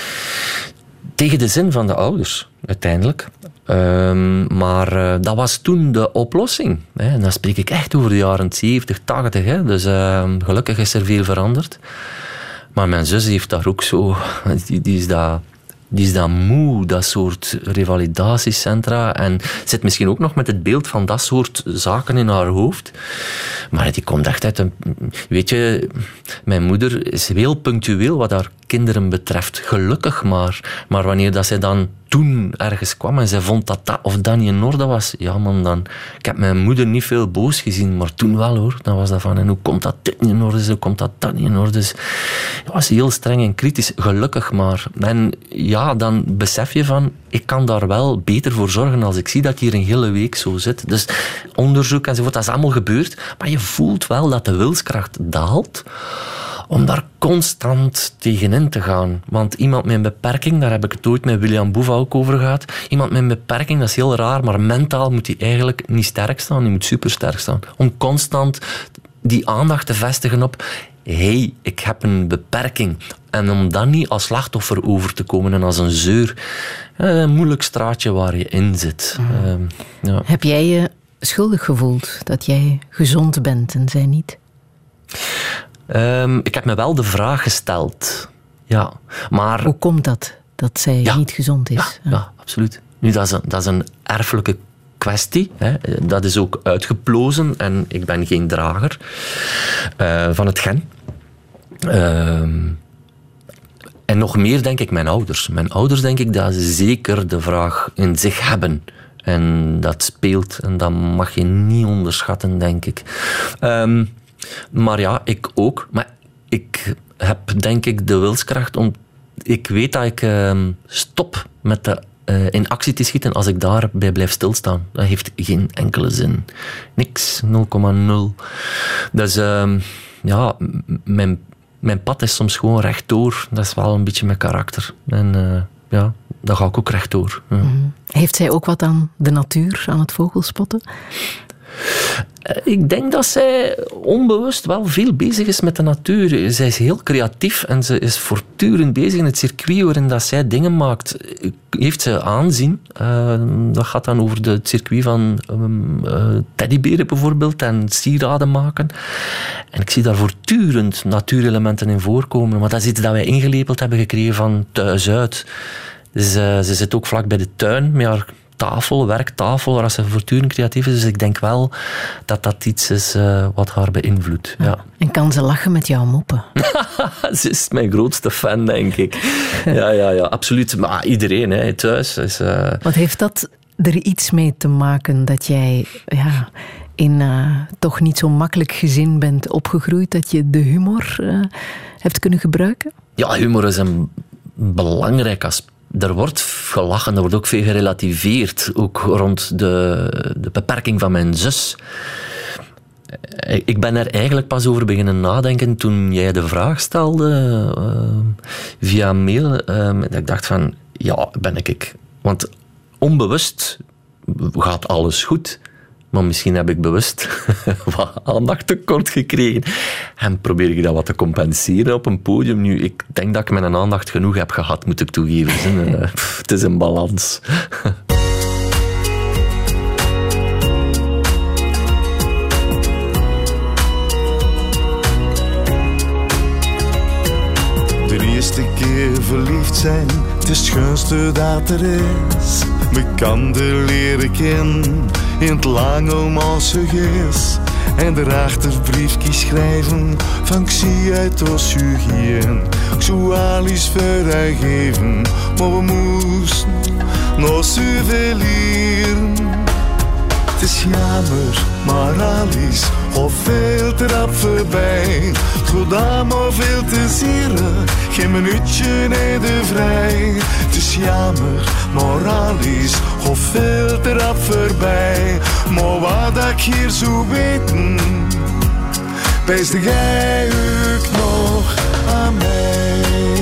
Tegen de zin van de ouders, uiteindelijk. Um, maar uh, dat was toen de oplossing. Hè. En dan spreek ik echt over de jaren zeventig, tachtig. Hè. Dus uh, gelukkig is er veel veranderd. Maar mijn zus heeft daar ook zo... Die, die is daar... Die is dan moe, dat soort revalidatiecentra. En zit misschien ook nog met het beeld van dat soort zaken in haar hoofd. Maar die komt echt uit een... Weet je, mijn moeder is heel punctueel wat haar kinderen betreft. Gelukkig maar. Maar wanneer dat zij dan toen ergens kwam en zij vond dat dat of dat niet in orde was, ja man, dan... Ik heb mijn moeder niet veel boos gezien, maar toen wel hoor. Dan was dat van, en hoe komt dat dit niet in orde is, hoe komt dat dat niet in orde is. Dat was heel streng en kritisch, gelukkig maar. En ja, dan besef je van, ik kan daar wel beter voor zorgen als ik zie dat hier een hele week zo zit. Dus onderzoek enzovoort, dat is allemaal gebeurd. Maar je voelt wel dat de wilskracht daalt om daar constant tegenin te gaan. Want iemand met een beperking, daar heb ik het ooit met William Boeva ook over gehad, iemand met een beperking, dat is heel raar, maar mentaal moet hij eigenlijk niet sterk staan, die moet supersterk staan. Om constant die aandacht te vestigen op, hey, ik heb een beperking. En om dan niet als slachtoffer over te komen en als een zeur. Een moeilijk straatje waar je in zit. Mm. Uh, ja. Heb jij je schuldig gevoeld dat jij gezond bent en zij niet? Um, ik heb me wel de vraag gesteld. Ja, maar... Hoe komt dat, dat zij ja. niet gezond is? Ja, ja, absoluut. Nu, dat is een, dat is een erfelijke kwestie. Hè. Dat is ook uitgeplozen en ik ben geen drager uh, van het gen. Uh, en nog meer denk ik mijn ouders. Mijn ouders denk ik dat ze zeker de vraag in zich hebben. En dat speelt en dat mag je niet onderschatten, denk ik. Um, maar ja, ik ook. Maar ik heb denk ik de wilskracht om... Ik weet dat ik uh, stop met de, uh, in actie te schieten als ik daarbij blijf stilstaan. Dat heeft geen enkele zin. Niks. nul komma nul. Dus uh, ja, m- mijn, mijn pad is soms gewoon rechtdoor. Dat is wel een beetje mijn karakter. En uh, ja, daar ga ik ook rechtdoor. Ja. Mm. Heeft zij ook wat aan de natuur, aan het vogelspotten? Ik denk dat zij onbewust wel veel bezig is met de natuur. Zij is heel creatief en ze is voortdurend bezig in het circuit waarin dat zij dingen maakt. Heeft ze aanzien. Uh, dat gaat dan over de, het circuit van um, uh, teddyberen bijvoorbeeld en sieraden maken. En ik zie daar voortdurend natuurelementen in voorkomen. Maar dat is iets dat wij ingelepeld hebben gekregen van thuis uit. Dus, uh, ze zit ook vlak bij de tuin met haar tafel, werktafel, waar ze voortdurend creatief is. Dus ik denk wel dat dat iets is uh, wat haar beïnvloedt. Ja. Ja. En kan ze lachen met jouw moppen? Ze is mijn grootste fan, denk ik. Ja, ja, ja, absoluut. Maar iedereen hè, thuis is... Uh... Wat heeft dat er iets mee te maken dat jij ja, in uh, toch niet zo makkelijk gezin bent opgegroeid, dat je de humor uh, hebt kunnen gebruiken? Ja, humor is een belangrijk aspect. Er wordt gelachen, er wordt ook veel gerelativeerd. Ook rond de, de beperking van mijn zus. Ik ben er eigenlijk pas over beginnen nadenken toen jij de vraag stelde uh, via mail. Uh, dat ik dacht van, ja, ben ik ik. Want onbewust gaat alles goed. Maar misschien heb ik bewust wat aandacht tekort gekregen. En probeer ik dat wat te compenseren op een podium. Nu, ik denk dat ik mijn aandacht genoeg heb gehad, moet ik toegeven. uh, pff, het is een balans. De eerste keer verliefd zijn, het is het schoonste dat er is. Bekenden leren kennen, in het lange Omanse geest. En daarachter briefjes schrijven, van ik zie uit als u hier. Ik zou alles voor haar geven, maar we moesten nog zoveel leren. Het is jammer, maar alles gaat veel te rap voorbij. Het gaat allemaal veel te zeren, geen minuutje neder vrij. Het is jammer, maar alles gaat veel te rap voorbij. Maar wat ik hier zou weten, wijst jij ook nog aan mij.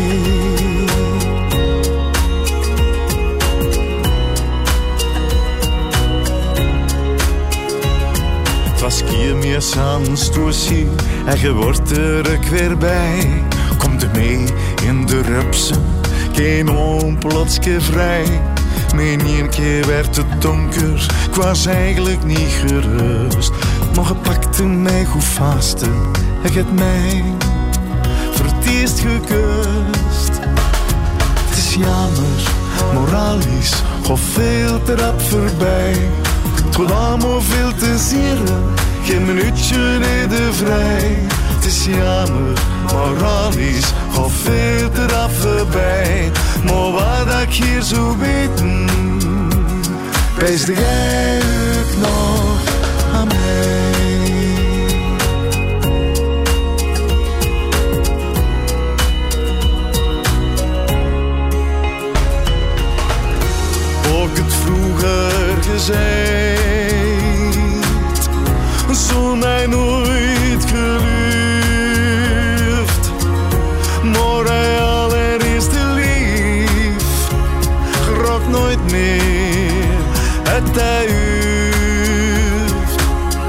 Het was keer meer sans doorzien en je wordt er ook weer bij. Komt er mee in de rupsen, geen onplotske vrij. Mijn één keer werd het donker, ik was eigenlijk niet gerust. Maar je pakte mij goed vast en je hebt mij voor het eerst gekust. Het is jammer, maar alles gaat veel te rap voorbij. Het gaat allemaal veel te zeren, geen minuutje reden vrij. Het is jammer, maar alles gaat veel te rap voorbij. Maar wat ik hier zou weten, wijst jij ook nog aan mij. Ook het vroeger gezegd, zo mij nooit gelukt. Maar hij allereerste lief, grok nooit meer het hij heeft.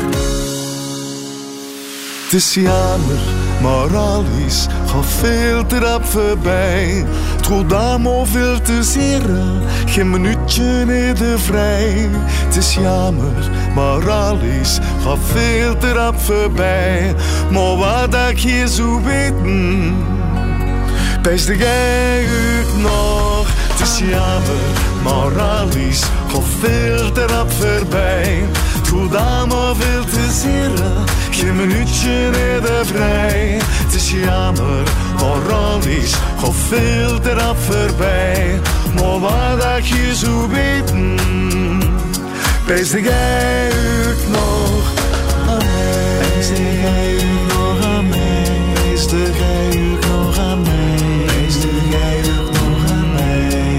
Het is jammer, maar alles gaat veel te rap voorbij. Het gaat allemaal veel te zeren, geen minuutje neder vrij. Het is jammer, maar alles gaat veel te rap voorbij. Maar wat ik hier zou weten, wijst jij ook nog. Het is jammer, maar alles gaat veel te rap voorbij. Het gaat allemaal veel te zeren, geen minuutje reden vrij. Het is jammer, maar alles gaat veel te rap voorbij. Maar wat ik hier zou weten, wijst jij ook nog aan mij. Wijst jij ook nog aan mij. Wijst jij ook nog aan mij. Wijst jij ook nog aan mij.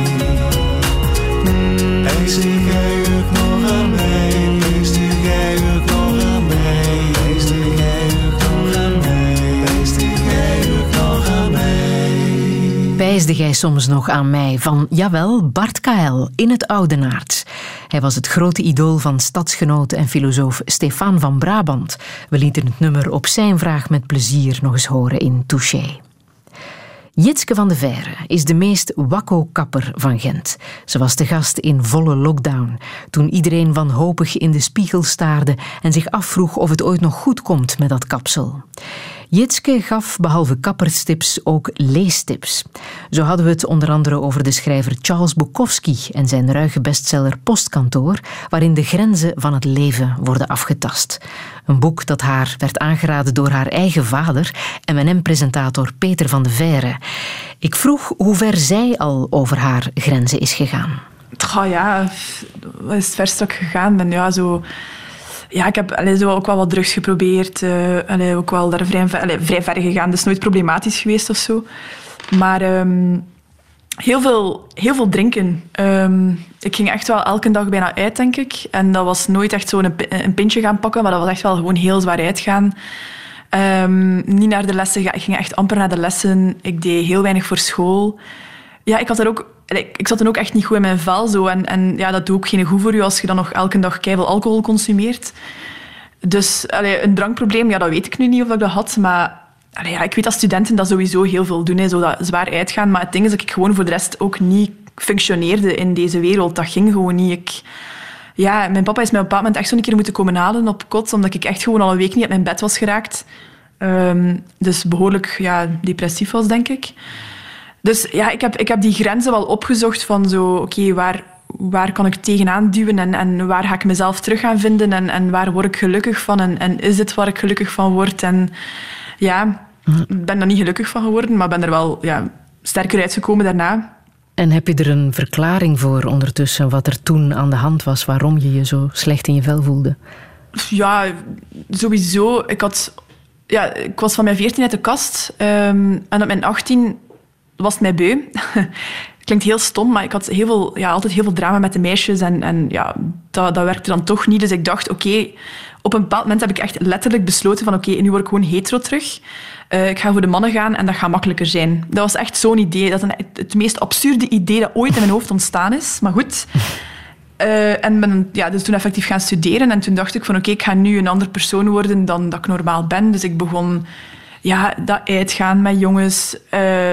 Wijst jij ook nog aan mij. Wijst jij ook nog aan mij. Wijst jij ook nog aan mij. Wijst jij ook nog aan mij. Wijsde jij soms nog aan mij? Van, jawel, Bart K L in het Oudenaards. Hij was het grote idool van stadsgenoot en filosoof Stefaan van Brabant. We lieten het nummer op zijn vraag met plezier nog eens horen in Touché. Jitske van de Veire is de meest wakko kapper van Gent. Ze was te gast in volle lockdown, toen iedereen wanhopig in de spiegel staarde en zich afvroeg of het ooit nog goed komt met dat kapsel. Jitske gaf behalve kapperstips ook leestips. Zo hadden we het onder andere over de schrijver Charles Bukowski en zijn ruige bestseller Postkantoor, waarin de grenzen van het leven worden afgetast. Een boek dat haar werd aangeraden door haar eigen vader, M en M-presentator Peter van de Veire. Ik vroeg hoe ver zij al over haar grenzen is gegaan. Oh ja, wat is het verst dat ik gegaan ben? Ja, zo ja, ik heb allee, zo ook wel wat drugs geprobeerd. Uh, allee, ook wel daar vrij, allee, vrij ver gegaan. Dat is nooit problematisch geweest of zo. Maar um, heel, veel, heel veel drinken. Um, ik ging echt wel elke dag bijna uit, denk ik. En dat was nooit echt zo'n een, een pintje gaan pakken, maar dat was echt wel gewoon heel zwaar uitgaan. Um, niet naar de lessen gaan. Ik ging echt amper naar de lessen. Ik deed heel weinig voor school. Ja, ik had er ook... Ik zat dan ook echt niet goed in mijn vel. Zo. En, en ja, dat doet ook geen goed voor je als je dan nog elke dag keiveel alcohol consumeert. Dus allee, een drankprobleem, ja, dat weet ik nu niet of ik dat had. Maar allee, ja, ik weet dat studenten dat sowieso heel veel doen. Hè, zo dat zwaar uitgaan. Maar het ding is dat ik gewoon voor de rest ook niet functioneerde in deze wereld. Dat ging gewoon niet. Ik, ja, mijn papa is mij op een bepaald moment echt zo'n keer moeten komen halen op kot. Omdat ik echt gewoon al een week niet uit mijn bed was geraakt. Um, dus behoorlijk ja, depressief was, denk ik. Dus ja, ik heb, ik heb die grenzen wel opgezocht van zo, oké, okay, waar, waar kan ik tegenaan duwen en, en waar ga ik mezelf terug gaan vinden en, en waar word ik gelukkig van en, en is dit waar ik gelukkig van word? En ja, ik ben er niet gelukkig van geworden, maar ben er wel ja, sterker uitgekomen daarna. En heb je er een verklaring voor ondertussen, wat er toen aan de hand was, waarom je je zo slecht in je vel voelde? Ja, sowieso. Ik, had, ja, ik was van mijn veertien uit de kast um, en op mijn achttien was het mij beu. Klinkt heel stom, maar ik had heel veel, ja, altijd heel veel drama met de meisjes. En, en ja, dat, dat werkte dan toch niet. Dus ik dacht, oké, okay, op een bepaald moment heb ik echt letterlijk besloten van oké, okay, nu word ik gewoon hetero terug. Uh, ik ga voor de mannen gaan en dat gaat makkelijker zijn. Dat was echt zo'n idee. Dat is een, het meest absurde idee dat ooit in mijn hoofd ontstaan is. Maar goed. Uh, en ben ja, dus toen effectief gaan studeren. En toen dacht ik van oké, okay, ik ga nu een andere persoon worden dan dat ik normaal ben. Dus ik begon ja, dat uitgaan met jongens... Uh,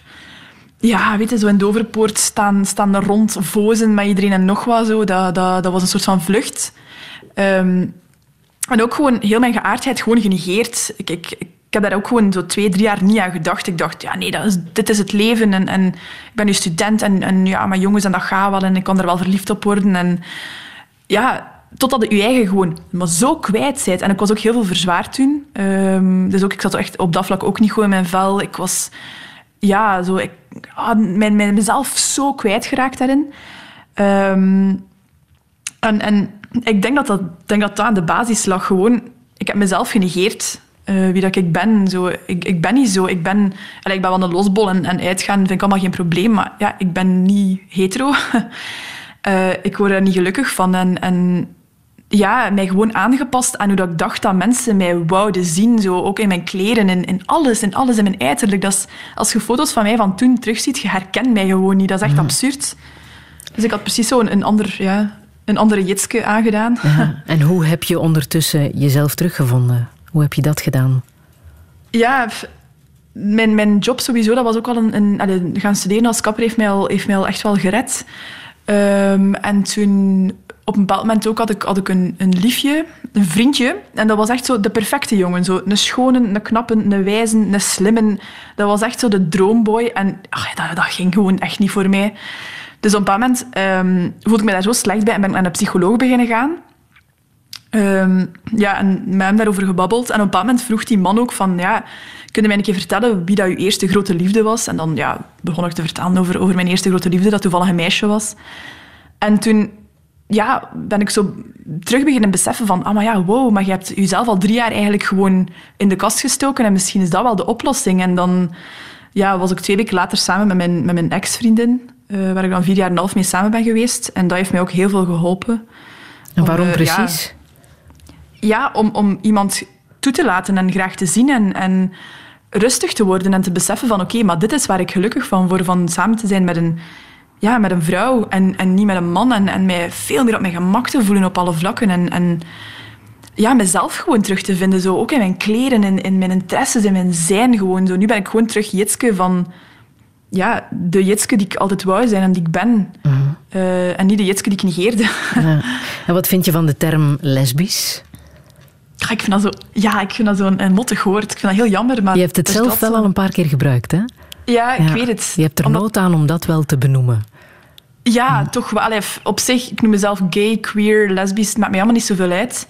Ja, weet je, zo in Doverpoort staan, staan er rond vozen met iedereen en nog wat. Zo. Dat, dat, dat was een soort van vlucht. Um, en ook gewoon heel mijn geaardheid gewoon genegeerd. Ik, ik, ik heb daar ook gewoon zo twee, drie jaar niet aan gedacht. Ik dacht, ja, nee, dat is, dit is het leven. En, en ik ben nu student en, en ja, met jongens en dat gaat wel. En ik kan er wel verliefd op worden. En ja, totdat je je eigen gewoon maar zo kwijt bent. En ik was ook heel veel verzwaard toen. Um, dus ook, ik zat echt op dat vlak ook niet goed in mijn vel. Ik was... Ja, zo, ik had mijn, mijn, mezelf zo kwijtgeraakt daarin. Um, en, en ik denk dat dat, denk dat dat aan de basis lag. Gewoon, ik heb mezelf genegeerd, uh, wie dat ik ben. Zo, ik, ik ben niet zo. Ik ben, allee, ik ben wel een losbol en, en uitgaan vind ik allemaal geen probleem. Maar ja, ik ben niet hetero. uh, ik word er niet gelukkig van. En... en ja, mij gewoon aangepast aan hoe dat ik dacht dat mensen mij wouden zien. Zo, ook in mijn kleren, in, in alles, in alles, in mijn uiterlijk. Dat is, als je foto's van mij van toen terugziet, je herkent mij gewoon niet. Dat is echt mm. absurd. Dus ik had precies zo een, een, ander, ja, een andere Jitske aangedaan. Ja. En hoe heb je ondertussen jezelf teruggevonden? Hoe heb je dat gedaan? Ja, mijn, mijn job sowieso, dat was ook al een... een allez, gaan studeren als kapper heeft mij al, heeft mij al echt wel gered. Um, en toen... Op een bepaald moment ook had ik, had ik een, een liefje, een vriendje. En dat was echt zo de perfecte jongen. Zo een schone, een knappe, een wijze, een slimme. Dat was echt zo de droomboy. En ach, dat, dat ging gewoon echt niet voor mij. Dus op een bepaald moment um, voelde ik me daar zo slecht bij en ben ik naar een psycholoog beginnen gaan. Um, ja, en met hem daarover gebabbeld. En op een bepaald moment vroeg die man ook van... Ja, kun je mij een keer vertellen wie dat je eerste grote liefde was? En dan ja, begon ik te vertellen over, over mijn eerste grote liefde, dat toevallig een meisje was. En toen... Ja, ben ik zo terug beginnen beseffen van... Ah, maar ja, wow, maar je hebt jezelf al drie jaar eigenlijk gewoon in de kast gestoken en misschien is dat wel de oplossing. En dan ja, was ik twee weken later samen met mijn, met mijn ex-vriendin, uh, waar ik dan vier jaar en een half mee samen ben geweest. En dat heeft mij ook heel veel geholpen. En waarom om, uh, precies? Ja, ja om, om iemand toe te laten en graag te zien en, en rustig te worden en te beseffen van oké, okay, maar dit is waar ik gelukkig van word, van samen te zijn met een... Ja, met een vrouw en, en niet met een man. En, en mij veel meer op mijn gemak te voelen op alle vlakken. En, en ja, mezelf gewoon terug te vinden. Zo. Ook in mijn kleren, in, in mijn interesses, in mijn zijn gewoon. Zo. Nu ben ik gewoon terug Jitske van... Ja, de Jitske die ik altijd wou zijn en die ik ben. Mm-hmm. Uh, en niet de Jitske die ik negeerde. Ja. En wat vind je van de term lesbisch? Ja, ik vind dat zo... Ja, ik vind dat zo'n een mottig woord. Ik vind dat heel jammer, maar... Je hebt het zelf wel al een paar keer gebruikt, hè? Ja, ik ja, weet het. Je hebt er Omdat... nood aan om dat wel te benoemen. Ja, mm. toch wel. Allee, op zich, ik noem mezelf gay, queer, lesbisch. Het maakt mij allemaal niet zoveel uit.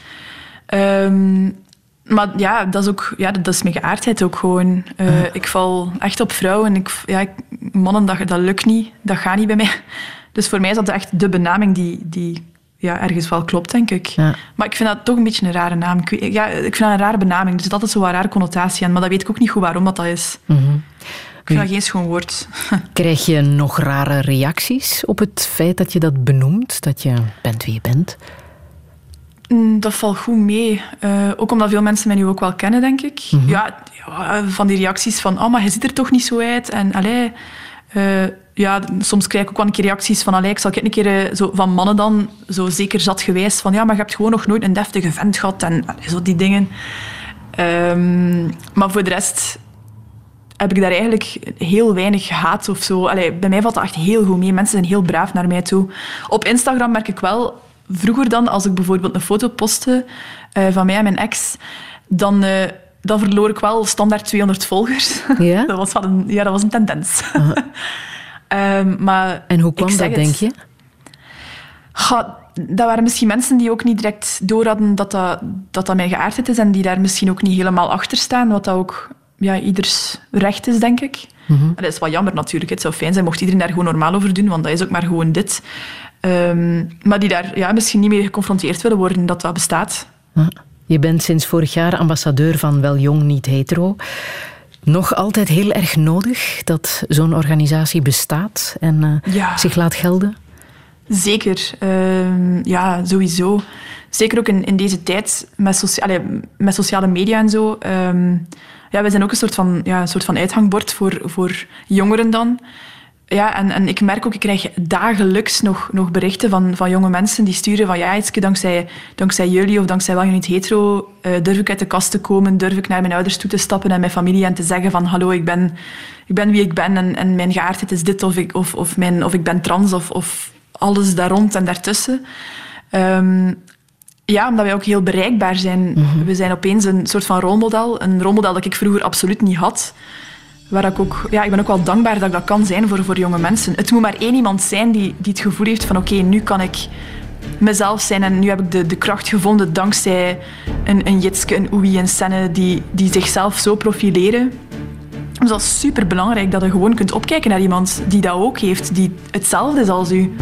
Um, maar ja, dat is ook... Ja, dat is mijn geaardheid ook gewoon. Uh, mm. Ik val echt op vrouwen. Ik, ja, ik, mannen, dat, dat lukt niet. Dat gaat niet bij mij. Dus voor mij is dat echt de benaming die, die ja, ergens wel klopt, denk ik. Ja. Maar ik vind dat toch een beetje een rare naam. Ik, weet- ja, ik vind dat een rare benaming. Er zit altijd zo'n rare connotatie aan. Maar dat weet ik ook niet goed waarom dat, dat is. Mm-hmm. Ik vind dat geen schoon woord. Krijg je nog rare reacties op het feit dat je dat benoemt? Dat je bent wie je bent? Mm, Dat valt goed mee. Uh, ook omdat veel mensen mij nu ook wel kennen, denk ik. Mhm. Ja, ja, van die reacties van... Oh, maar je ziet er toch niet zo uit. En allee... uh, ja, soms krijg ik ook wel een keer reacties van... Allee, ik zal een keer uh, zo, van mannen dan... Zo zeker zat geweest van... Ja, maar je hebt gewoon nog nooit een deftige vent gehad. En allee, zo die dingen. Um, maar voor de rest... heb ik daar eigenlijk heel weinig haat of zo. Allee, bij mij valt dat echt heel goed mee. Mensen zijn heel braaf naar mij toe. Op Instagram merk ik wel... Vroeger dan, als ik bijvoorbeeld een foto postte uh, van mij en mijn ex, dan, uh, dan verloor ik wel standaard tweehonderd volgers. Ja? dat, was wel een, ja, dat was een tendens. Uh-huh. um, maar en hoe kwam dat, het, denk je? Ga, dat waren misschien mensen die ook niet direct door hadden dat dat, dat dat mijn geaardheid is en die daar misschien ook niet helemaal achter staan, wat dat ook ja, ieders recht is, denk ik. Mm-hmm. Dat is wel jammer natuurlijk. Het zou fijn zijn mocht iedereen daar gewoon normaal over doen, want dat is ook maar gewoon dit. Um, maar die daar ja, misschien niet mee geconfronteerd willen worden dat dat bestaat. Je bent sinds vorig jaar ambassadeur van Wel Jong Niet Hetero. Nog altijd heel erg nodig dat zo'n organisatie bestaat en uh, ja. zich laat gelden? Zeker. Um, ja, sowieso. Zeker ook in, in deze tijd met, socia- allee, met sociale media en zo. Um, ja, wij zijn ook een soort van, ja, een soort van uithangbord voor, voor jongeren dan. Ja, en, en ik merk ook, ik krijg dagelijks nog, nog berichten van, van jonge mensen die sturen van ja, Ietske, dankzij, dankzij jullie of dankzij Wel Jong Niet Hetero uh, durf ik uit de kast te komen, durf ik naar mijn ouders toe te stappen en mijn familie en te zeggen van hallo, ik ben, ik ben wie ik ben en, en mijn geaardheid is dit of ik, of, of, mijn, of ik ben trans of, of alles daar rond en daartussen. Um, ja, omdat wij ook heel bereikbaar zijn. Mm-hmm. We zijn opeens een soort van rolmodel, een rolmodel dat ik vroeger absoluut niet had. Waar ik, ook, ja, ik ben ook wel dankbaar dat ik dat kan zijn voor, voor jonge mensen. Het moet maar één iemand zijn die, die het gevoel heeft van oké, okay, nu kan ik mezelf zijn en nu heb ik de, de kracht gevonden dankzij een, een Jitske, een Oei, een Senne die, die zichzelf zo profileren. Dus dat is superbelangrijk dat je gewoon kunt opkijken naar iemand die dat ook heeft, die hetzelfde is als u.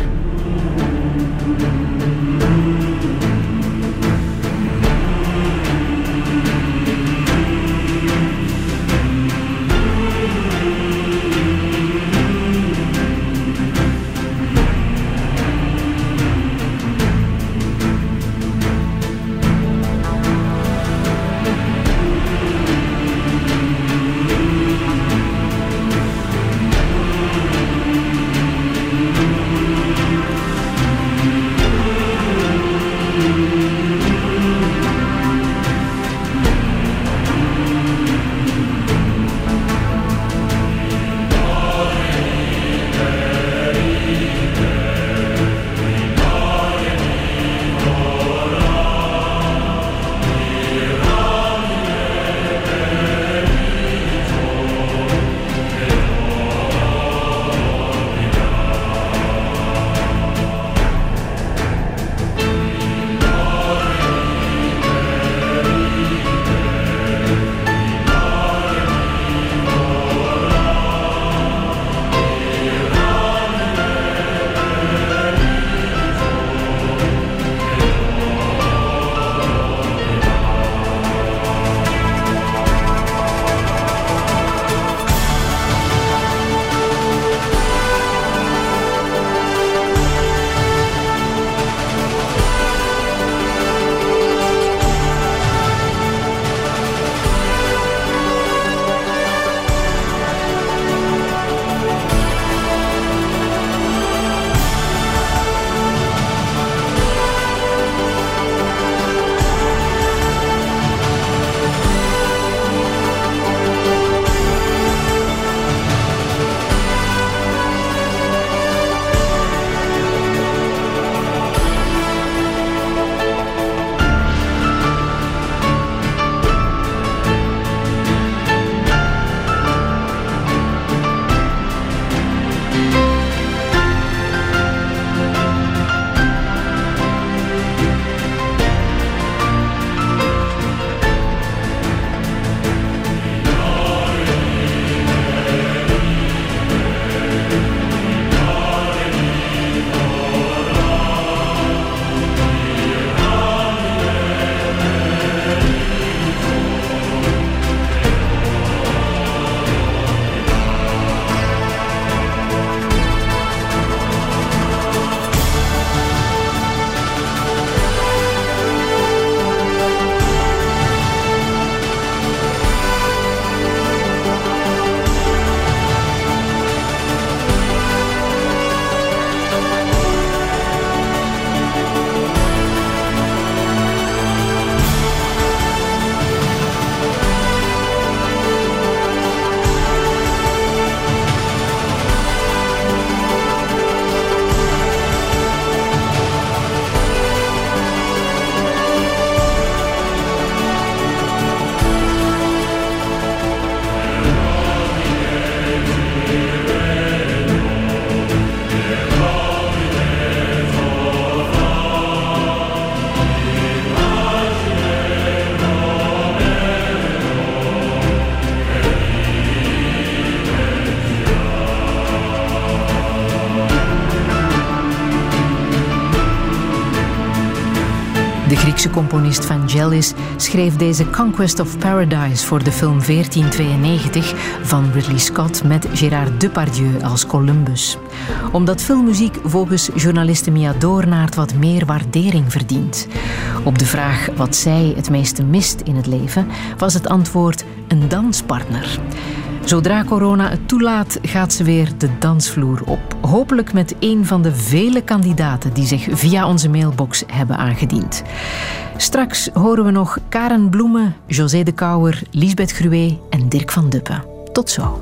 Griekse componist Vangelis schreef deze Conquest of Paradise voor de film veertien tweeënnegentig van Ridley Scott met Gérard Depardieu als Columbus. Omdat filmmuziek volgens journaliste Mia Doornaert wat meer waardering verdient. Op de vraag wat zij het meeste mist in het leven was het antwoord een danspartner. Zodra corona het toelaat, gaat ze weer de dansvloer op. Hopelijk met een van de vele kandidaten die zich via onze mailbox hebben aangediend. Straks horen we nog Karen Bloemen, José de Kouwer, Liesbeth Gruwe en Dirk van Duppen. Tot zo.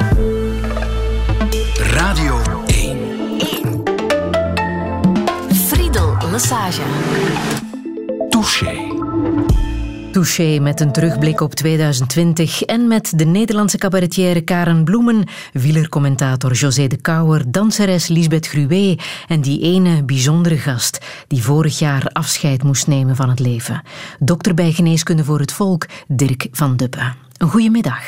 Radio één. Friedel Lesage. Touché. Touché met een terugblik op tweeduizend twintig en met de Nederlandse cabaretière Karen Bloemen, wielercommentator José de Kouwer, danseres Liesbeth Gruwe en die ene bijzondere gast die vorig jaar afscheid moest nemen van het leven. Dokter bij Geneeskunde voor het Volk, Dirk van Duppen. Een goeie middag.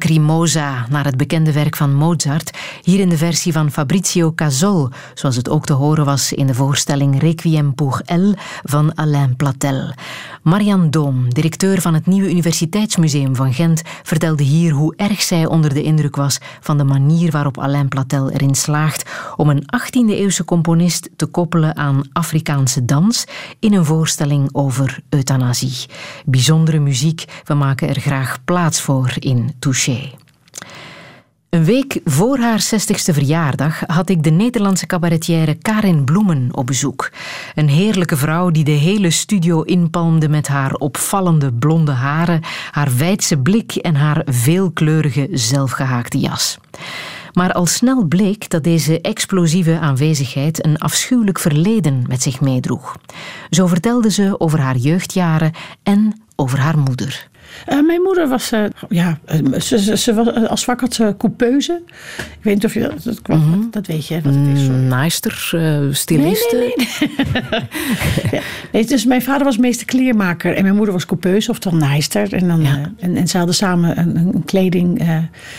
Lacrimosa, naar het bekende werk van Mozart, hier in de versie van Fabrizio Casol, zoals het ook te horen was in de voorstelling Requiem pour Elle van Alain Platel. Marianne Doom, directeur van het Nieuwe Universiteitsmuseum van Gent, vertelde hier hoe erg zij onder de indruk was van de manier waarop Alain Platel erin slaagt om een achttiende-eeuwse componist te koppelen aan Afrikaanse dans in een voorstelling over euthanasie. Bijzondere muziek, we maken er graag plaats voor in Touché. Een week voor haar zestigste verjaardag had ik de Nederlandse cabaretière Karin Bloemen op bezoek. Een heerlijke vrouw die de hele studio inpalmde met haar opvallende blonde haren, haar wijdse blik en haar veelkleurige zelfgehaakte jas. Maar al snel bleek dat deze explosieve aanwezigheid een afschuwelijk verleden met zich meedroeg. Zo vertelde ze over haar jeugdjaren en over haar moeder. Uh, mijn moeder was, uh, ja, uh, ze, ze, ze was, uh, als vak had ze coupeuse. Ik weet niet of je dat, dat, dat, mm-hmm. dat weet je. Wat het is. Mm, naaister, uh, styliste. Nee, nee, nee. ja, nee, dus mijn vader was meester kleermaker en mijn moeder was coupeuse, oftewel naaister. En, dan, ja. uh, en, en ze hadden samen een, een kleding, uh,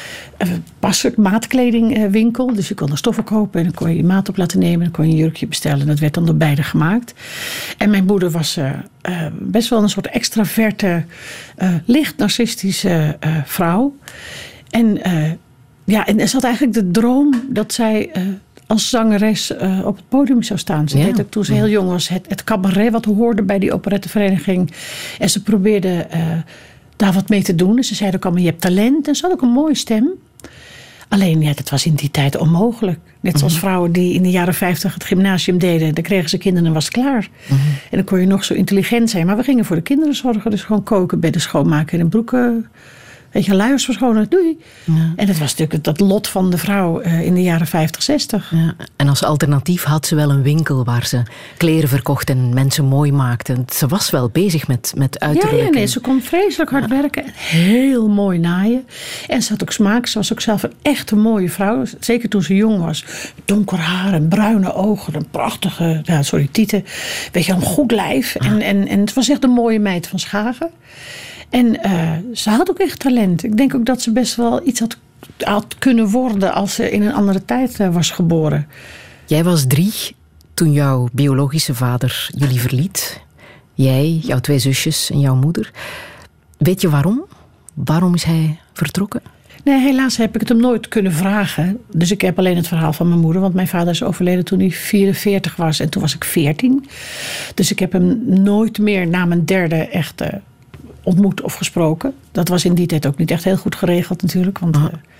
pas, maatkledingwinkel. Uh, dus je kon er stoffen kopen en dan kon je je maat op laten nemen. En dan kon je een jurkje bestellen en dat werd dan door beide gemaakt. En mijn moeder was uh, uh, best wel een soort extraverte, uh, licht narcistische uh, vrouw. En, uh, ja, en ze had eigenlijk de droom dat zij uh, als zangeres uh, op het podium zou staan. Ze ja. deed ook toen ze heel jong was het, het cabaret wat hoorde bij die operettevereniging. En ze probeerde uh, daar wat mee te doen. En ze zeiden ook allemaal, je hebt talent. En ze had ook een mooie stem. Alleen, ja, dat was in die tijd onmogelijk. Net zoals mm-hmm. vrouwen die in de jaren vijftig het gymnasium deden. Dan kregen ze kinderen en was het klaar. Mm-hmm. En dan kon je nog zo intelligent zijn. Maar we gingen voor de kinderen zorgen. Dus gewoon koken, bedden schoonmaken en broeken. Weet je, luiers verschonen, doei. Ja. En dat was natuurlijk dat lot van de vrouw in de jaren vijftig, zestig. Ja. En als alternatief had ze wel een winkel waar ze kleren verkocht en mensen mooi maakte. Ze was wel bezig met, met uiterlijk. Ja, ja, nee, ze kon vreselijk hard ja. werken en heel mooi naaien. En ze had ook smaak. Ze was ook zelf een echte mooie vrouw. Zeker toen ze jong was. Donker haar en bruine ogen. Een prachtige, ja, sorry, tieten. Weet je, een goed lijf. Ja. En, en, en het was echt een mooie meid van Schagen. En uh, ze had ook echt talent. Ik denk ook dat ze best wel iets had, had kunnen worden als ze in een andere tijd uh, was geboren. Jij was drie toen jouw biologische vader jullie verliet. Jij, jouw twee zusjes en jouw moeder. Weet je waarom? Waarom is hij vertrokken? Nee, helaas heb ik het hem nooit kunnen vragen. Dus ik heb alleen het verhaal van mijn moeder. Want mijn vader is overleden toen hij vierenveertig was. En toen was ik veertien. Dus ik heb hem nooit meer na mijn derde echt uh, ontmoet of gesproken. Dat was in die tijd ook niet echt heel goed geregeld natuurlijk. Want uh,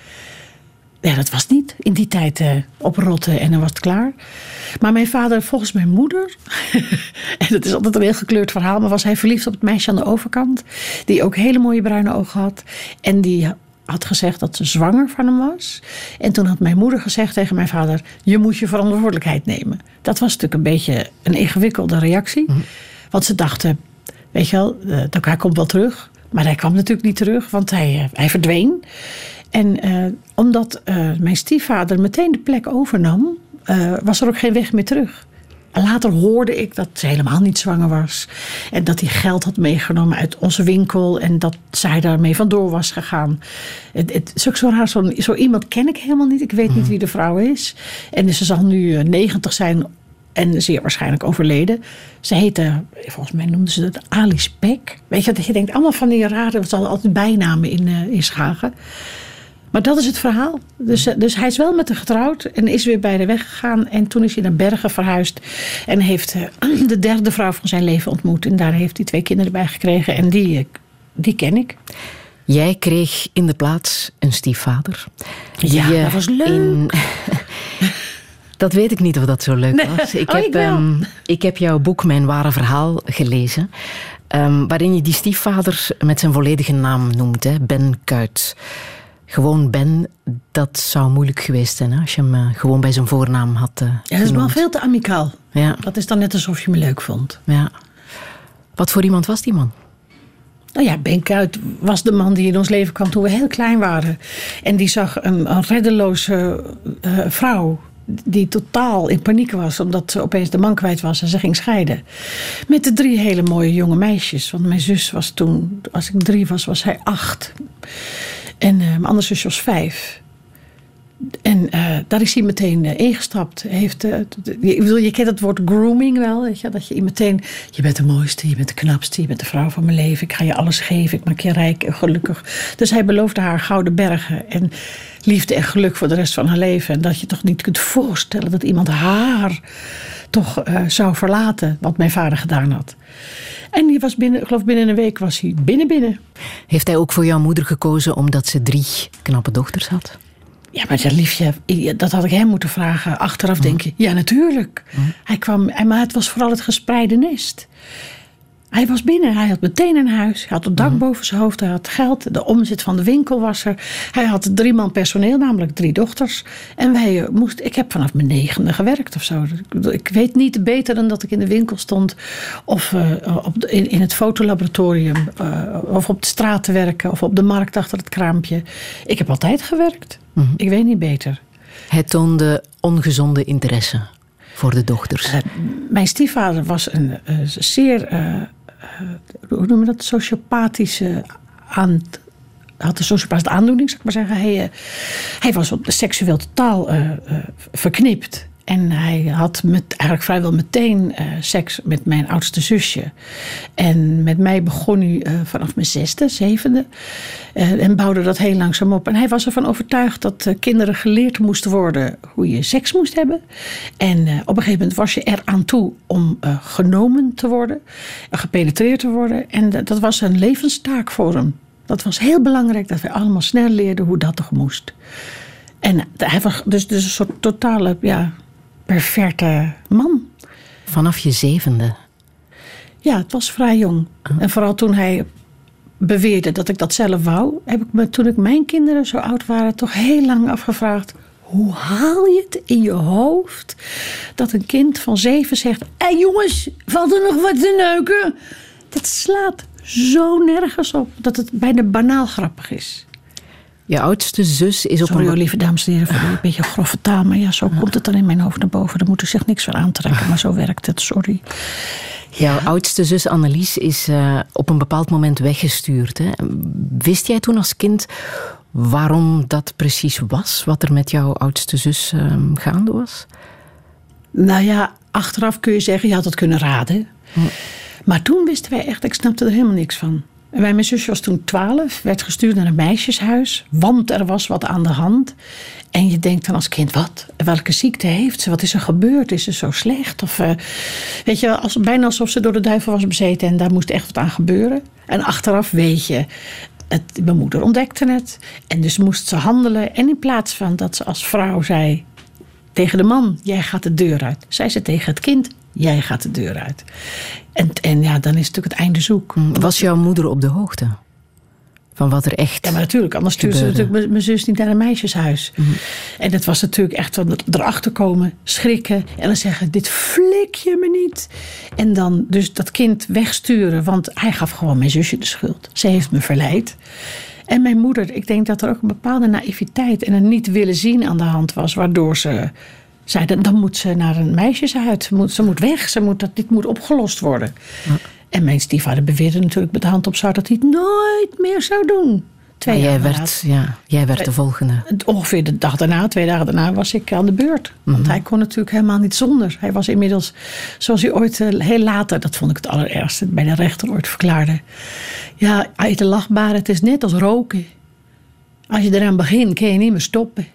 ja, dat was niet in die tijd uh, oprotten en dan was het klaar. Maar mijn vader, volgens mijn moeder... en dat is altijd een heel gekleurd verhaal... maar was hij verliefd op het meisje aan de overkant... die ook hele mooie bruine ogen had. En die had gezegd dat ze zwanger van hem was. En toen had mijn moeder gezegd tegen mijn vader... je moet je verantwoordelijkheid nemen. Dat was natuurlijk een beetje een ingewikkelde reactie. Mm. Want ze dachten... weet je wel, uh, hij komt wel terug. Maar hij kwam natuurlijk niet terug, want hij, uh, hij verdween. En uh, omdat uh, mijn stiefvader meteen de plek overnam... Uh, was er ook geen weg meer terug. En later hoorde ik dat ze helemaal niet zwanger was. En dat hij geld had meegenomen uit onze winkel. En dat zij daarmee vandoor was gegaan. Het, het is ook zo raar, zo, zo iemand ken ik helemaal niet. Ik weet mm. niet wie de vrouw is. En ze zal nu uh, negentig zijn... en zeer waarschijnlijk overleden. Ze heette, volgens mij noemden ze dat Alice Peck. Weet je, dat je denkt, allemaal van die rare... ze hadden altijd bijnamen in, uh, in Schagen. Maar dat is het verhaal. Dus, uh, dus hij is wel met haar getrouwd en is weer bij de weg gegaan. En toen is hij naar Bergen verhuisd. En heeft uh, de derde vrouw van zijn leven ontmoet. En daar heeft hij twee kinderen bij gekregen. En die, uh, die ken ik. Jij kreeg in de plaats een stiefvader. Ja, die, uh, dat was leuk. In... Dat weet ik niet of dat zo leuk was. Nee. Ik, oh, heb, ik, um, ik heb jouw boek Mijn Ware Verhaal gelezen. Um, waarin je die stiefvader met zijn volledige naam noemt. Hè? Ben Kuit. Gewoon Ben, dat zou moeilijk geweest zijn. Hè? Als je hem uh, gewoon bij zijn voornaam had uh, Ja, dat is wel veel te amicaal. Ja. Dat is dan net alsof je me leuk vond. Ja. Wat voor iemand was die man? Nou ja, Ben Kuit was de man die in ons leven kwam toen we heel klein waren. En die zag een, een reddeloze uh, vrouw... die totaal in paniek was... omdat ze opeens de man kwijt was en ze ging scheiden. Met de drie hele mooie jonge meisjes. Want mijn zus was toen... als ik drie was, was hij acht. En uh, mijn andere zusje was vijf. En uh, daar is hij meteen uh, ingestapt. Hij heeft, uh, je, bedoel, je kent het woord grooming wel. Weet je? Dat je meteen, je bent de mooiste, je bent de knapste, je bent de vrouw van mijn leven. Ik ga je alles geven, ik maak je rijk en gelukkig. Dus hij beloofde haar gouden bergen en liefde en geluk voor de rest van haar leven. En dat je toch niet kunt voorstellen dat iemand haar toch uh, zou verlaten, wat mijn vader gedaan had. En die was binnen, ik geloof binnen een week was hij binnen binnen. Heeft hij ook voor jouw moeder gekozen omdat ze drie knappe dochters had? Ja, maar dat liefje, dat had ik hem moeten vragen. Achteraf denk je, ja natuurlijk. Mm. Hij kwam, maar het was vooral het gespreide nest. Hij was binnen, hij had meteen een huis. Hij had het dak mm. boven zijn hoofd, hij had geld. De omzet van de winkel was er. Hij had drie man personeel, namelijk drie dochters. En wij moesten, ik heb vanaf mijn negende gewerkt of zo. Ik weet niet beter dan dat ik in de winkel stond. Of uh, op de, in, in het fotolaboratorium. Uh, of op de straat te werken. Of op de markt achter het kraampje. Ik heb altijd gewerkt. Mm-hmm. Ik weet niet beter. Hij toonde ongezonde interesse voor de dochters. Uh, mijn stiefvader was een uh, zeer, uh, uh, hoe noemen we dat, sociopathische aan, had een sociopathische aandoening, zou ik maar zeggen. Hij, uh, hij was seksueel totaal uh, uh, verknipt. En hij had met, eigenlijk vrijwel meteen uh, seks met mijn oudste zusje. En met mij begon hij uh, vanaf mijn zesde, zevende. Uh, en bouwde dat heel langzaam op. En hij was ervan overtuigd dat uh, kinderen geleerd moesten worden hoe je seks moest hebben. En uh, op een gegeven moment was je eraan toe om uh, genomen te worden. Uh, gepenetreerd te worden. En uh, dat was een levenstaak voor hem. Dat was heel belangrijk dat wij allemaal snel leerden hoe dat toch moest. En uh, hij was dus, dus een soort totale, ja, perverte man. Vanaf je zevende? Ja, het was vrij jong. Oh. En vooral toen hij beweerde dat ik dat zelf wou, heb ik me, toen ik mijn kinderen zo oud waren, toch heel lang afgevraagd: hoe haal je het in je hoofd dat een kind van zeven zegt: hé hey jongens, valt er nog wat te neuken? Dat slaat zo nergens op dat het bijna banaal grappig is. Je oudste zus is op Sorry, een... Sorry, lieve dames en heren, voor een beetje grove taal. Maar ja, zo ja. komt het dan in mijn hoofd naar boven. Daar moet u zich niks van aantrekken, maar zo werkt het. Sorry. Jouw ja. oudste zus Annelies is uh, op een bepaald moment weggestuurd. Hè? Wist jij toen als kind waarom dat precies was? Wat er met jouw oudste zus uh, gaande was? Nou ja, achteraf kun je zeggen, je had het kunnen raden. Hm. Maar toen wisten wij echt, ik snapte er helemaal niks van. En mijn zusje was toen twaalf, werd gestuurd naar een meisjeshuis, want er was wat aan de hand. En je denkt dan als kind, wat? Welke ziekte heeft ze? Wat is er gebeurd? Is ze zo slecht? Of, uh, weet je, als, bijna alsof ze door de duivel was bezeten en daar moest echt wat aan gebeuren. En achteraf weet je, het, mijn moeder ontdekte het. En dus moest ze handelen. En in plaats van dat ze als vrouw zei tegen de man, jij gaat de deur uit, zei ze tegen het kind, jij gaat de deur uit. En, en ja, dan is natuurlijk het einde zoek. Was jouw moeder op de hoogte van wat er echt Ja, maar natuurlijk. Anders stuurde ze natuurlijk mijn zus niet naar een meisjeshuis. Mm-hmm. En het was natuurlijk echt van erachter komen, schrikken en dan zeggen, dit flik je me niet. En dan dus dat kind wegsturen, want hij gaf gewoon mijn zusje de schuld. Ze heeft me verleid. En mijn moeder, ik denk dat er ook een bepaalde naïviteit en een niet willen zien aan de hand was, waardoor ze zeiden, dan moet ze naar een meisjeshuis. Ze moet, ze moet weg. Ze moet, dat, dit moet opgelost worden. Ja. En mijn stiefvader beweerde natuurlijk met de hand op zak dat hij het nooit meer zou doen. Twee jij, jaar werd, ja, jij werd de volgende. Ongeveer de dag daarna, twee dagen daarna, was ik aan de beurt. Want mm-hmm. hij kon natuurlijk helemaal niet zonder. Hij was inmiddels, zoals hij ooit heel later, dat vond ik het allerergste, bij de rechter ooit verklaarde. Ja, uit de lachbare, het is net als roken. Als je eraan begint, kun je niet meer stoppen.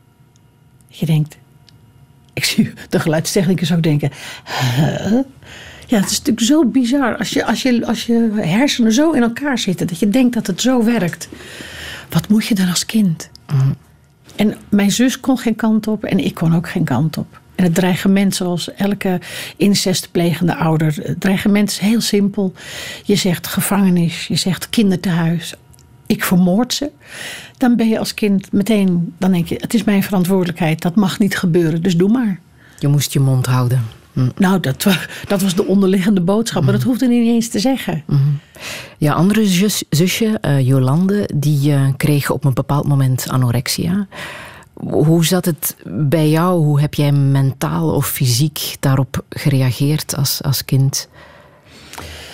Je denkt, ik zie de geluidstechnicus ook denken, huh? Ja, het is natuurlijk zo bizar. Als je, als, je, als je hersenen zo in elkaar zitten, dat je denkt dat het zo werkt. Wat moet je dan als kind? Mm. En mijn zus kon geen kant op en ik kon ook geen kant op. En het dreigement, zoals elke incestplegende ouder, het dreigement is heel simpel. Je zegt gevangenis, je zegt kindertehuis. Ik vermoord ze. Dan ben je als kind meteen, dan denk je, het is mijn verantwoordelijkheid. Dat mag niet gebeuren, dus doe maar. Je moest je mond houden. Mm. Nou, dat, dat was de onderliggende boodschap. Mm. Maar dat hoefde niet eens te zeggen. Mm. Ja, andere zus, zusje, uh, Jolande, die uh, kreeg op een bepaald moment anorexia. Hoe zat het bij jou? Hoe heb jij mentaal of fysiek daarop gereageerd als, als kind?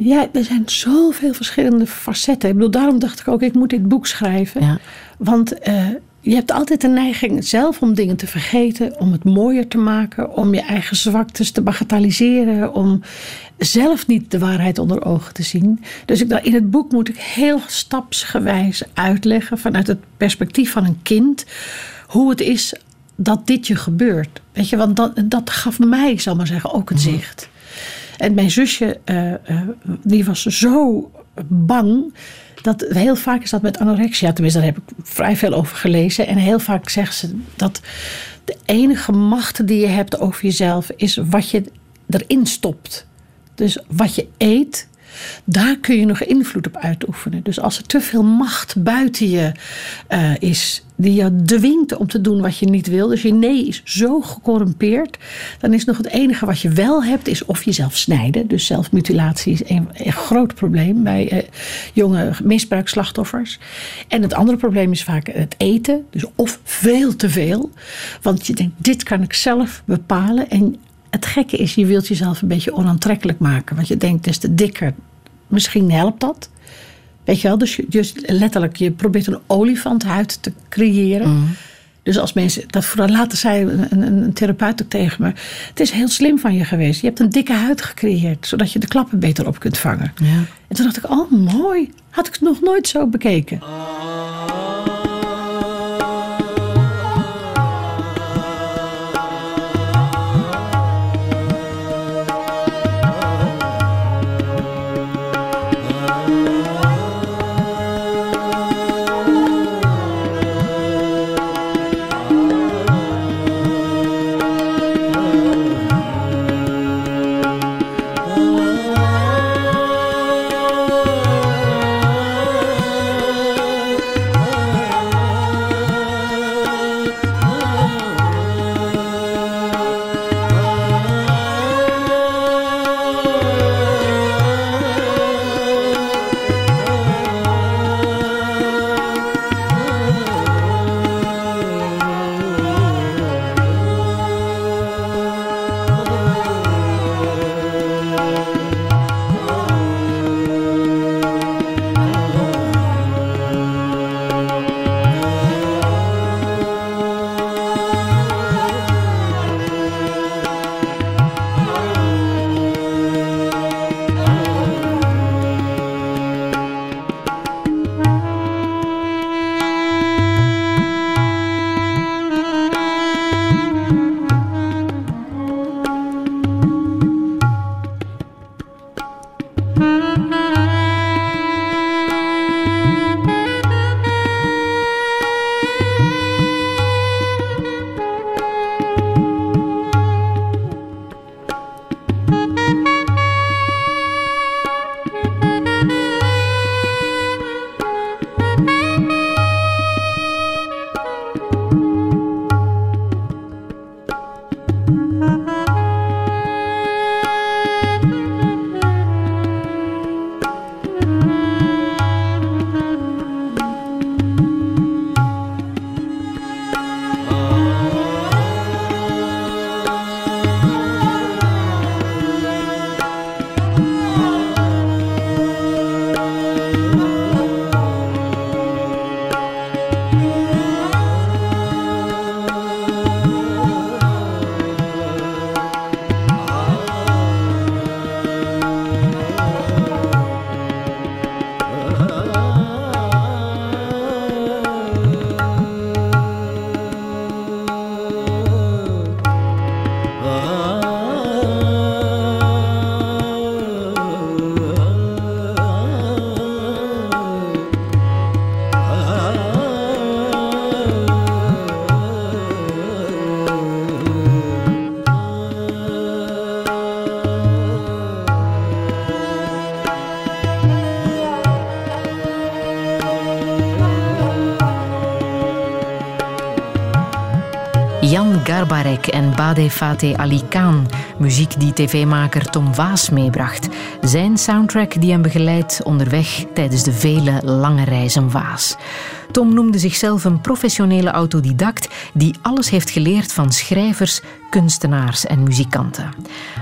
Ja, er zijn zoveel verschillende facetten. Ik bedoel, daarom dacht ik ook, ik moet dit boek schrijven. Ja. Want uh, je hebt altijd de neiging zelf om dingen te vergeten, om het mooier te maken, om je eigen zwaktes te bagatelliseren, om zelf niet de waarheid onder ogen te zien. Dus ik, in het boek moet ik heel stapsgewijs uitleggen vanuit het perspectief van een kind hoe het is dat dit je gebeurt. Weet je, want dat, dat gaf mij, zal maar zeggen, ook het zicht. En mijn zusje, uh, uh, die was zo bang. Dat heel vaak is dat met anorexia. Tenminste, daar heb ik vrij veel over gelezen. En heel vaak zegt ze dat de enige macht die je hebt over jezelf is wat je erin stopt. Dus wat je eet, daar kun je nog invloed op uitoefenen. Dus als er te veel macht buiten je uh, is, die je dwingt om te doen wat je niet wil, dus je nee is zo gecorrumpeerd, dan is nog het enige wat je wel hebt, is of jezelf snijden. Dus zelfmutilatie is een, een groot probleem bij uh, jonge misbruikslachtoffers. En het andere probleem is vaak het eten, dus of veel te veel. Want je denkt, dit kan ik zelf bepalen. En het gekke is, je wilt jezelf een beetje onaantrekkelijk maken. Want je denkt, des te dikker, misschien helpt dat. Weet je wel, dus, je, dus letterlijk, je probeert een olifantenhuid te creëren. Mm. Dus als mensen, dat vooral later zei een, een, een therapeut ook tegen me, het is heel slim van je geweest. Je hebt een dikke huid gecreëerd, zodat je de klappen beter op kunt vangen. Ja. En toen dacht ik, oh mooi, had ik het nog nooit zo bekeken. Jan Garbarek en Bade Fateh Ali Khan, muziek die tv-maker Tom Waas meebracht. Zijn soundtrack die hem begeleidt onderweg tijdens de vele lange reizen Waas. Tom noemde zichzelf een professionele autodidact die alles heeft geleerd van schrijvers, kunstenaars en muzikanten.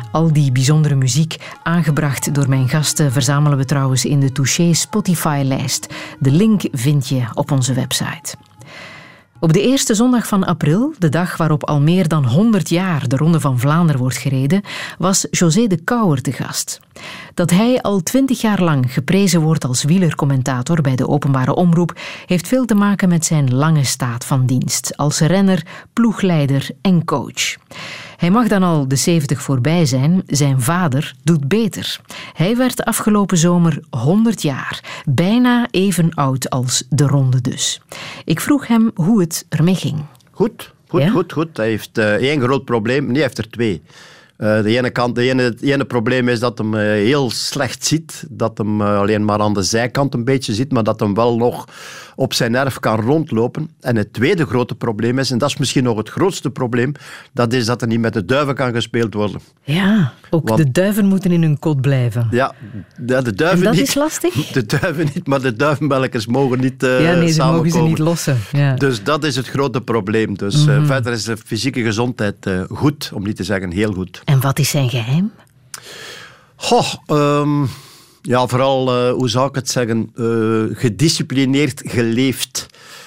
Al die bijzondere muziek, aangebracht door mijn gasten, verzamelen we trouwens in de Touché Spotify-lijst. De link vind je op onze website. Op de eerste zondag van april, de dag waarop al meer dan honderd jaar de Ronde van Vlaanderen wordt gereden, was José de Kouwer te gast. Dat hij al twintig jaar lang geprezen wordt als wielercommentator bij de openbare omroep, heeft veel te maken met zijn lange staat van dienst, als renner, ploegleider en coach. Hij mag dan al de zeventig voorbij zijn, zijn vader doet beter. Hij werd afgelopen zomer honderd jaar, bijna even oud als de Ronde dus. Ik vroeg hem hoe het ermee ging. Goed, goed, ja? goed, goed. Hij heeft uh, één groot probleem, nee, hij heeft er twee. Uh, de ene kant, de ene, het ene probleem is dat hem uh, heel slecht ziet, dat hem uh, alleen maar aan de zijkant een beetje ziet, maar dat hem wel nog op zijn erf kan rondlopen. En het tweede grote probleem is, en dat is misschien nog het grootste probleem, dat is dat er niet met de duiven kan gespeeld worden. Ja, ook Want, de duiven moeten in hun kot blijven. Ja, de, de duiven en dat niet. is lastig? De duiven niet, maar de duivenmelkers mogen niet uh, Ja, nee, ze samenkomen. mogen ze niet lossen. Ja. Dus dat is het grote probleem. Dus mm. uh, verder is de fysieke gezondheid uh, goed, om niet te zeggen heel goed. En wat is zijn geheim? Goh, um, ja, vooral, uh, hoe zou ik het zeggen, uh, gedisciplineerd geleefd.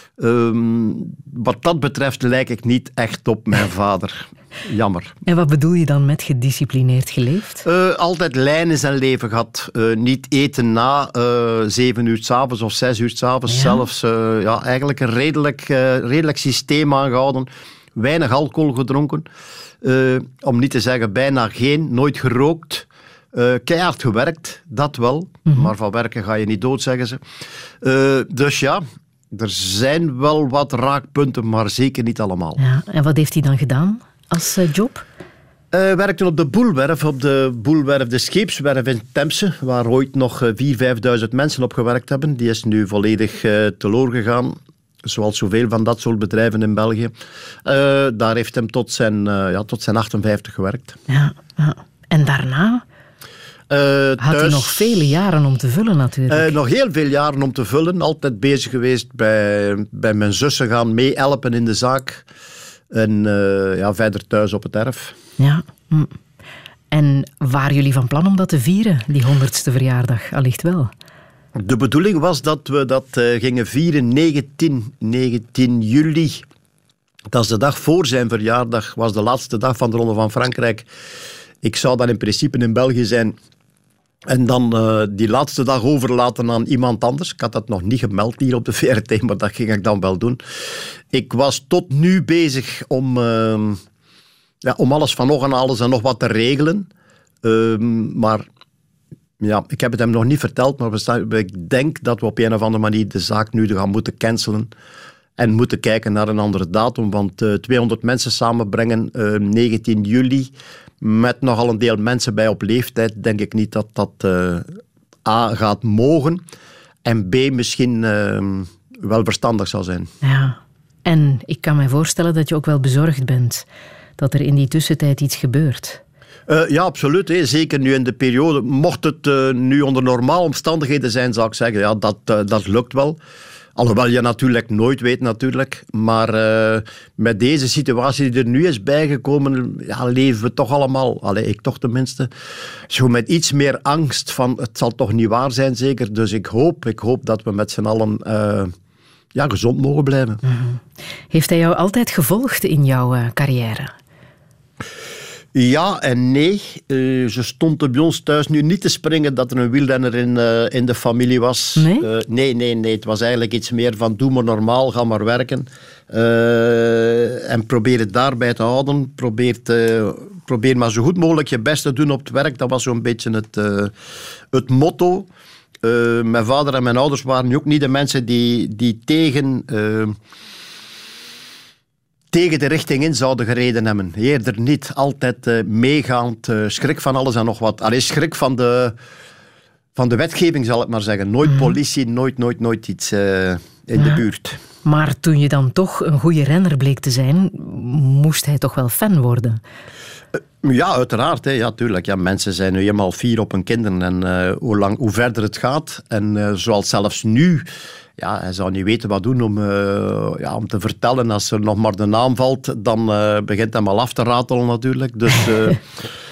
Um, wat dat betreft lijk ik niet echt op mijn vader. Jammer. En wat bedoel je dan met gedisciplineerd geleefd? Uh, altijd lijn in zijn leven gehad. Uh, niet eten na uh, zeven uur 's avonds of zes uur 's avonds. Ja. Zelfs uh, ja, eigenlijk een redelijk, uh, redelijk systeem aangehouden. Weinig alcohol gedronken. Uh, om niet te zeggen bijna geen. Nooit gerookt. Uh, keihard gewerkt, dat wel. Mm-hmm. Maar van werken ga je niet dood, zeggen ze. Uh, dus ja, er zijn wel wat raakpunten, maar zeker niet allemaal. Ja, en wat heeft hij dan gedaan als uh, job? Hij uh, werkte op de Boelwerf, op de Boelwerf, de scheepswerf in Temse, waar ooit nog vierduizend, vijfduizend mensen op gewerkt hebben. Die is nu volledig uh, teloor gegaan. Zoals zoveel van dat soort bedrijven in België. Uh, daar heeft hij tot zijn, uh, ja, tot zijn achtenvijftig gewerkt. Ja, ja. En daarna? Uh, Had thuis, hij nog vele jaren om te vullen natuurlijk. Uh, nog heel veel jaren om te vullen. Altijd bezig geweest bij, bij mijn zussen gaan meehelpen in de zaak. En uh, ja, verder thuis op het erf. Ja. En waren jullie van plan om dat te vieren, die honderdste verjaardag? Allicht wel. De bedoeling was dat we dat uh, gingen vieren negentien juli. Dat is de dag voor zijn verjaardag. Was de laatste dag van de Ronde van Frankrijk. Ik zou dan in principe in België zijn. En dan uh, die laatste dag overlaten aan iemand anders. Ik had dat nog niet gemeld hier op de V R T, maar dat ging ik dan wel doen. Ik was tot nu bezig om, uh, ja, om alles van nog en alles en nog wat te regelen. Uh, maar ja, ik heb het hem nog niet verteld, maar we staan, ik denk dat we op een of andere manier de zaak nu gaan moeten cancelen. En moeten kijken naar een andere datum, want uh, tweehonderd mensen samenbrengen, uh, negentien juli... met nogal een deel mensen bij op leeftijd, denk ik niet dat dat uh, A gaat mogen en B misschien uh, wel verstandig zal zijn. Ja, en ik kan me voorstellen dat je ook wel bezorgd bent dat er in die tussentijd iets gebeurt. Uh, ja, absoluut. Hè. Zeker nu in de periode. Mocht het uh, nu onder normale omstandigheden zijn, zou ik zeggen, ja, dat, uh, dat lukt wel. Alhoewel je natuurlijk nooit weet, natuurlijk. Maar uh, met deze situatie die er nu is bijgekomen, ja, leven we toch allemaal, allee, ik toch tenminste, zo met iets meer angst van het zal toch niet waar zijn, zeker. Dus ik hoop, ik hoop dat we met z'n allen uh, ja, gezond mogen blijven. Mm-hmm. Heeft hij jou altijd gevolgd in jouw uh, carrière? Ja en nee. Uh, ze stond er bij ons thuis nu niet te springen dat er een wielrenner in, uh, in de familie was. Nee? Uh, nee, nee, nee. Het was eigenlijk iets meer van doe maar normaal, ga maar werken. Uh, en probeer het daarbij te houden. Probeer, te, probeer maar zo goed mogelijk je best te doen op het werk. Dat was zo'n beetje het, uh, het motto. Uh, mijn vader en mijn ouders waren nu ook niet de mensen die, die tegen... Uh, tegen de richting in zouden gereden hebben. Eerder niet. Altijd uh, meegaand. Uh, schrik van alles en nog wat. Allee, schrik van de, van de wetgeving, zal ik maar zeggen. Nooit mm. politie, nooit, nooit, nooit iets uh, in ja. de buurt. Maar toen je dan toch een goede renner bleek te zijn, moest hij toch wel fan worden? Uh, ja, uiteraard. Hè. Ja, tuurlijk. Ja, mensen zijn nu eenmaal fier op hun kinderen. En uh, hoe, lang, hoe verder het gaat. En uh, zoals zelfs nu... Ja, hij zou niet weten wat doen om, uh, ja, om te vertellen. Als er nog maar de naam valt, dan uh, begint hij al af te ratelen natuurlijk. Dus uh,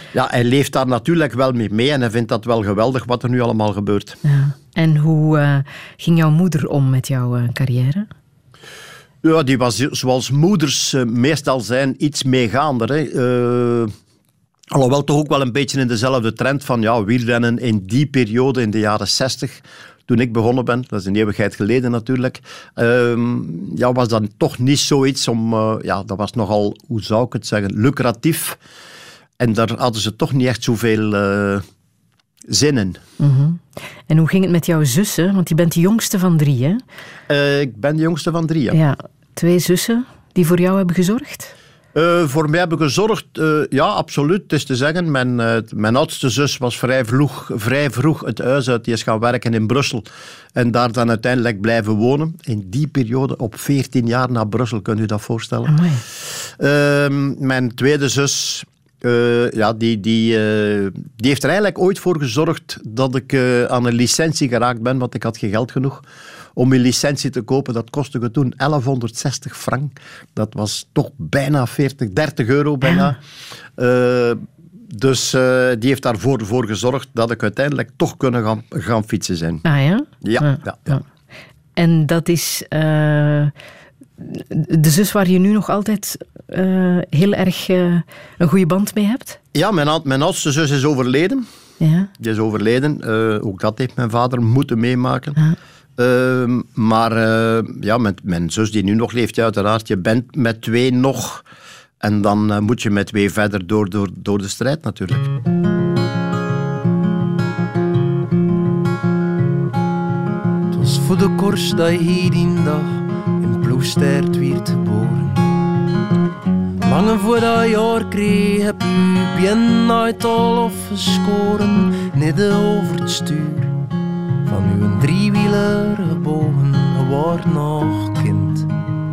Ja, hij leeft daar natuurlijk wel mee mee en hij vindt dat wel geweldig wat er nu allemaal gebeurt. Ja. En hoe uh, ging jouw moeder om met jouw uh, carrière? Ja, die was zoals moeders uh, meestal zijn iets meegaander. Hè. Uh, alhoewel toch ook wel een beetje in dezelfde trend van ja, wielrennen in die periode, in de jaren zestig... Toen ik begonnen ben, dat is een eeuwigheid geleden natuurlijk, uh, ja, was dat toch niet zoiets om... Uh, ja, dat was nogal, hoe zou ik het zeggen, lucratief. En daar hadden ze toch niet echt zoveel uh, zin in. Mm-hmm. En hoe ging het met jouw zussen? Want je bent de jongste van drie, hè? Uh, ik ben de jongste van drie, ja. Ja, twee zussen die voor jou hebben gezorgd? Uh, voor mij hebben gezorgd, uh, ja, absoluut. Het is te zeggen, mijn, uh, mijn oudste zus was vrij vroeg, vrij vroeg het huis uit. Die is gaan werken in Brussel en daar dan uiteindelijk blijven wonen. In die periode, op veertien jaar naar Brussel, kunt u dat voorstellen. Uh, mijn tweede zus... Uh, ja, die, die, uh, die heeft er eigenlijk ooit voor gezorgd dat ik uh, aan een licentie geraakt ben, want ik had geen geld genoeg om een licentie te kopen. Dat kostte toen elfhonderdzestig frank. Dat was toch bijna veertig, dertig euro bijna. Uh, dus uh, die heeft daarvoor voor gezorgd dat ik uiteindelijk toch kunnen gaan, gaan fietsen zijn. Ah ja? Ja. ja. ja, ja. En dat is... Uh... De zus waar je nu nog altijd uh, heel erg uh, een goede band mee hebt? Ja, mijn, mijn oudste zus is overleden. Ja. Die is overleden. Uh, ook dat heeft mijn vader moeten meemaken. Ja. Uh, maar uh, ja, met mijn zus die nu nog leeft, ja, uiteraard. Je bent met twee nog. En dan uh, moet je met twee verder door, door, door de strijd natuurlijk. Het was voor de koers dat je hier die dag Ploegstert werd geboren. Lange voor dat jaar kreeg heb u bien uit al afgeschoren. Midden over het stuur van uw driewieler gebogen. Je wordt nog kind.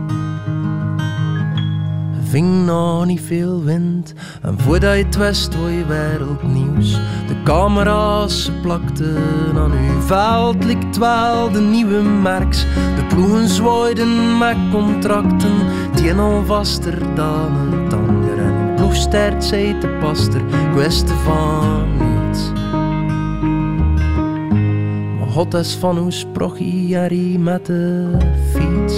Je ving nog niet veel wind. En voordat je het wist was je wereldnieuws. De camera's plakten aan uw veld. Likt wel de nieuwe merks. De ploegen zwaaiden met contracten. Die al vaster dan het ander. En uw ploegstert zei te paster. Ik wist van niets. Maar God is van hoe sprach hij met de fiets.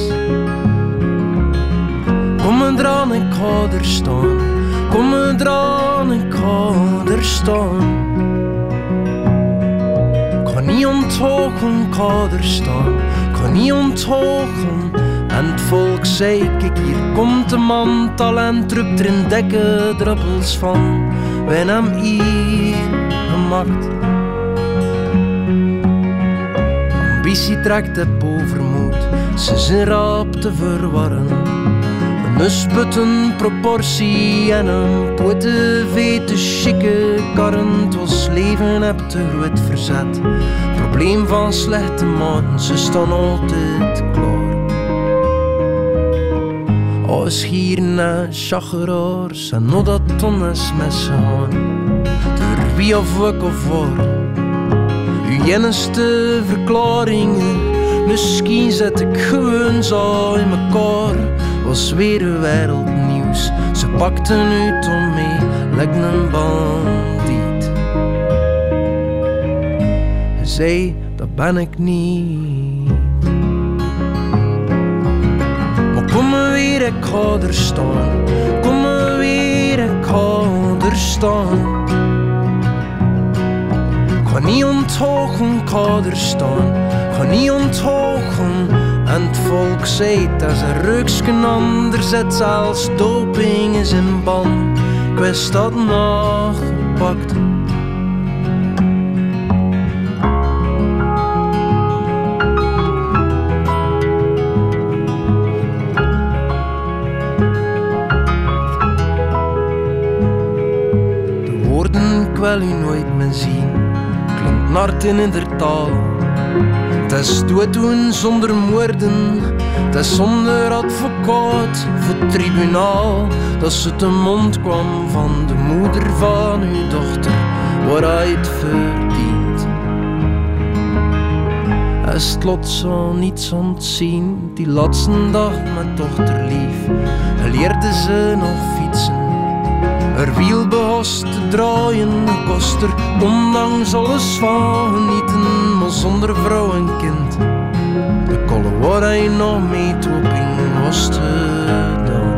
Kom eraan, ik ga er staan. Kom eraan, ik ga er staan. Ik ga niet onthogen, ik ga er staan. Ik ga niet onthogen. En het volk zei, kijk hier komt de man. Talent drupt er in dikke druppels van. Wij hem hier gemaakt. Ambitie trekt op overmoed. Ze zijn rap te verwarren. Een sputten proportie en een poete vete chique karren. Het was leven heb te groot verzet. Probleem van slechte maten, ze staan altijd klaar. Als gieren en chageraars en nog dat tonnes met z'n gaan. Door wie of ik of waar. Uw enigste verklaringen. Misschien zet ik gewoon zo in mekaar. Was weer wereldnieuws. Ze pakten uit om mee, lijkt een bandiet. Hij zei, dat ben ik niet. Maar kom maar weer, ik ga er staan. Kom maar weer, ik ga er staan. Ik ga niet onthogen, ik ga er staan. Ik ga niet onthogen. En het volk zei, dat is een reuksken anders, het zelfs doping is in ban. Ik wist dat nog gepakt. De woorden, ik wil u nooit meer zien, klinkt nart in ieder taal. Het is dooddoen zonder moorden, het is zonder advocaat voor het tribunaal. Dat ze te mond kwam van de moeder van uw dochter, waar hij het verdient. Is het lot zo niets ontzien, die laatste dag met dochter lief. Leerde ze nog fietsen, Er wiel behost te draaien, kost er ondanks alles van genieten, maar zonder vrouw en kind. De kolle waar hij nog mee op in was gedaan.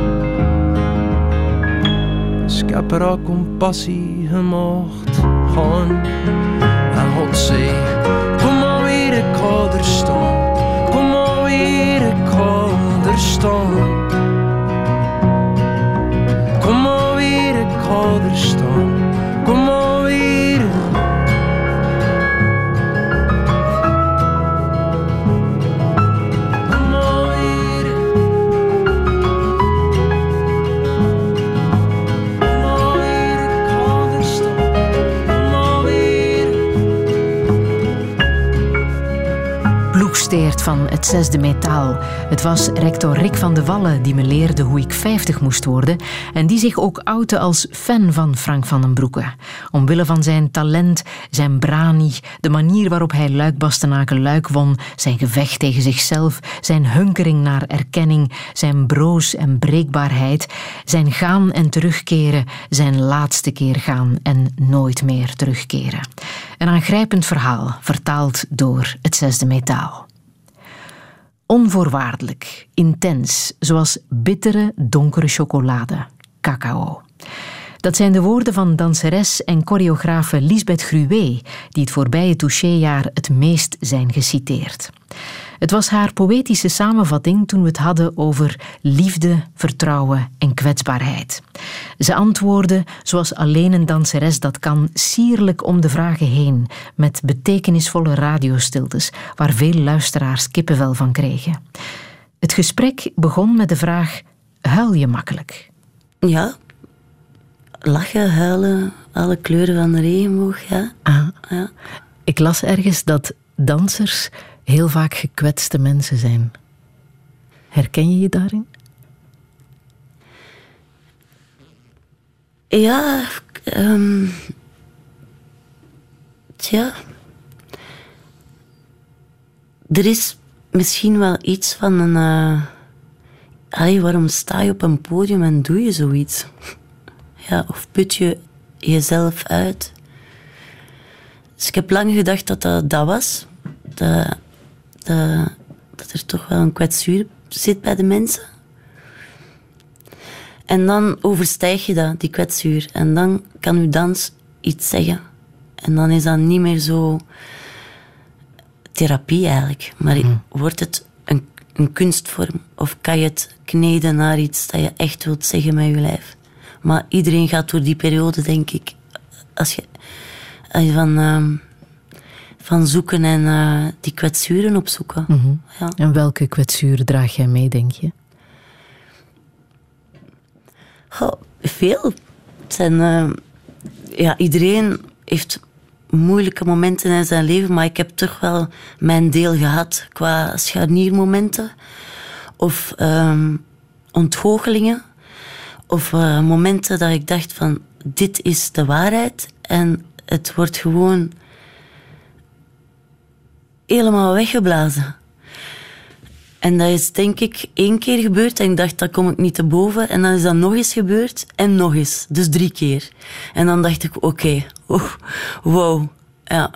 Dus ik heb er al compassie gemaakt gaan. En God zei, kom maar weer, ik ga er staan. Kom maar weer, ik ga er staan. Kom maar weer, ik ga er staan. Kom maar weer. Kom maar weer. Kom maar weer, ik ga er staan. Kom maar weer. Ploegsteert van het zesde metaal. Het was rector Rick van de Wallen die me leerde hoe ik vijftig moest worden en die zich ook outte als fan van Frank van den Broeke. Omwille van zijn talent, zijn brani, de manier waarop hij Luik Bastenaken Luik won, zijn gevecht tegen zichzelf, zijn hunkering naar erkenning, zijn broos en breekbaarheid, zijn gaan en terugkeren, zijn laatste keer gaan en nooit meer terugkeren. Een aangrijpend verhaal, vertaald door het zesde metaal. Onvoorwaardelijk, intens, zoals bittere, donkere chocolade, cacao. Dat zijn de woorden van danseres en choreografe Lisbeth Gruwé, die het voorbije Touché-jaar het meest zijn geciteerd. Het was haar poëtische samenvatting toen we het hadden over liefde, vertrouwen en kwetsbaarheid. Ze antwoordde, zoals alleen een danseres dat kan, sierlijk om de vragen heen, met betekenisvolle radiostiltes, waar veel luisteraars kippenvel van kregen. Het gesprek begon met de vraag, huil je makkelijk? Ja, lachen, huilen, alle kleuren van de regenboog, ja. Ah. Ja. Ik las ergens dat dansers heel vaak gekwetste mensen zijn. Herken je je daarin? Ja, um, tja. Er is misschien wel iets van een... Uh, allee, waarom sta je op een podium en doe je zoiets? Ja, of put je jezelf uit? Dus ik heb lang gedacht dat dat, dat was. Dat, dat, dat er toch wel een kwetsuur zit bij de mensen. En dan overstijg je dat, die kwetsuur. En dan kan uw dans iets zeggen. En dan is dat niet meer zo therapie eigenlijk. Maar hmm. wordt het een, een kunstvorm? Of kan je het kneden naar iets dat je echt wilt zeggen met je lijf? Maar iedereen gaat door die periode, denk ik. Als je, als je van... Uh, van zoeken en uh, die kwetsuren opzoeken. Mm-hmm. Ja. En welke kwetsuren draag jij mee, denk je? Oh, veel. Het zijn, uh, ja, iedereen heeft moeilijke momenten in zijn leven, maar ik heb toch wel mijn deel gehad qua scharniermomenten of um, ontgoochelingen of uh, momenten dat ik dacht van dit is de waarheid en het wordt gewoon helemaal weggeblazen. En dat is denk ik één keer gebeurd en ik dacht, dat kom ik niet te boven. En dan is dat nog eens gebeurd en nog eens. Dus drie keer. En dan dacht ik, oké, okay, oh, wow, ja.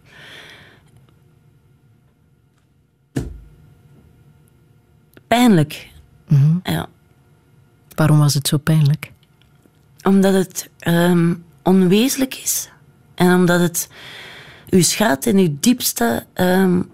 Pijnlijk. Mm-hmm. Ja. Waarom was het zo pijnlijk? Omdat het um, onwezenlijk is. En omdat het u schaadt in uw diepste um,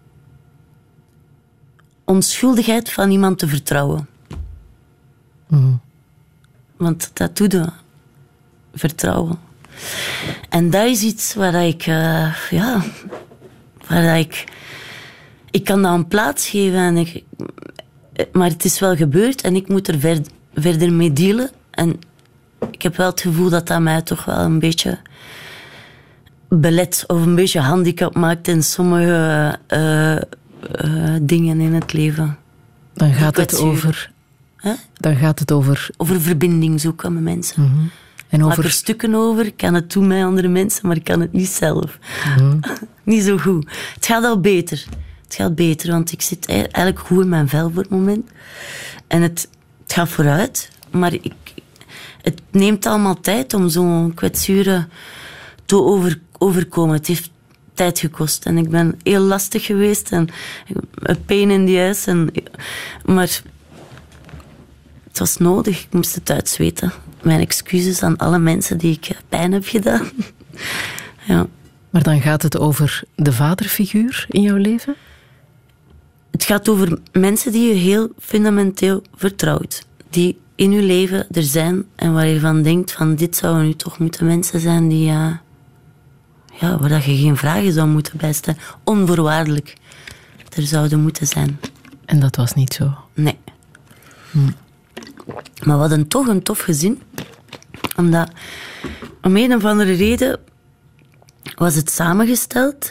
onschuldigheid van iemand te vertrouwen. Mm. Want dat doet je. Vertrouwen. En dat is iets waar ik... Uh, ja... Waar ik... Ik kan dat een plaats geven. En ik, maar het is wel gebeurd en ik moet er ver, verder mee dealen. En ik heb wel het gevoel dat dat mij toch wel een beetje belet of een beetje handicap maakt in sommige uh, uh, dingen in het leven. Dan gaat het over... Huh? Dan gaat het over... Over verbinding zoeken met mensen. Mm-hmm. En over... Ik maak er stukken over, ik kan het doen met andere mensen, maar ik kan het niet zelf. Mm-hmm. Niet zo goed. Het gaat al beter. Het gaat beter, want ik zit eigenlijk goed in mijn vel voor het moment. En het, het gaat vooruit, maar ik, het neemt allemaal tijd om zo'n kwetsuren te over, overkomen. Het heeft tijd gekost. En ik ben heel lastig geweest. En een pain in the ass. En, maar het was nodig. Ik moest het uitzweten. Mijn excuses aan alle mensen die ik pijn heb gedaan. Ja. Maar dan gaat het over de vaderfiguur in jouw leven? Het gaat over mensen die je heel fundamenteel vertrouwt. Die in je leven er zijn en waar je van denkt van dit zouden nu toch moeten mensen zijn die... Uh, ja, waar je geen vragen zou moeten bijstellen. Onvoorwaardelijk er zouden moeten zijn. En dat was niet zo? Nee. Hm. Maar we hadden toch een tof gezin. Omdat, om een of andere reden, was het samengesteld.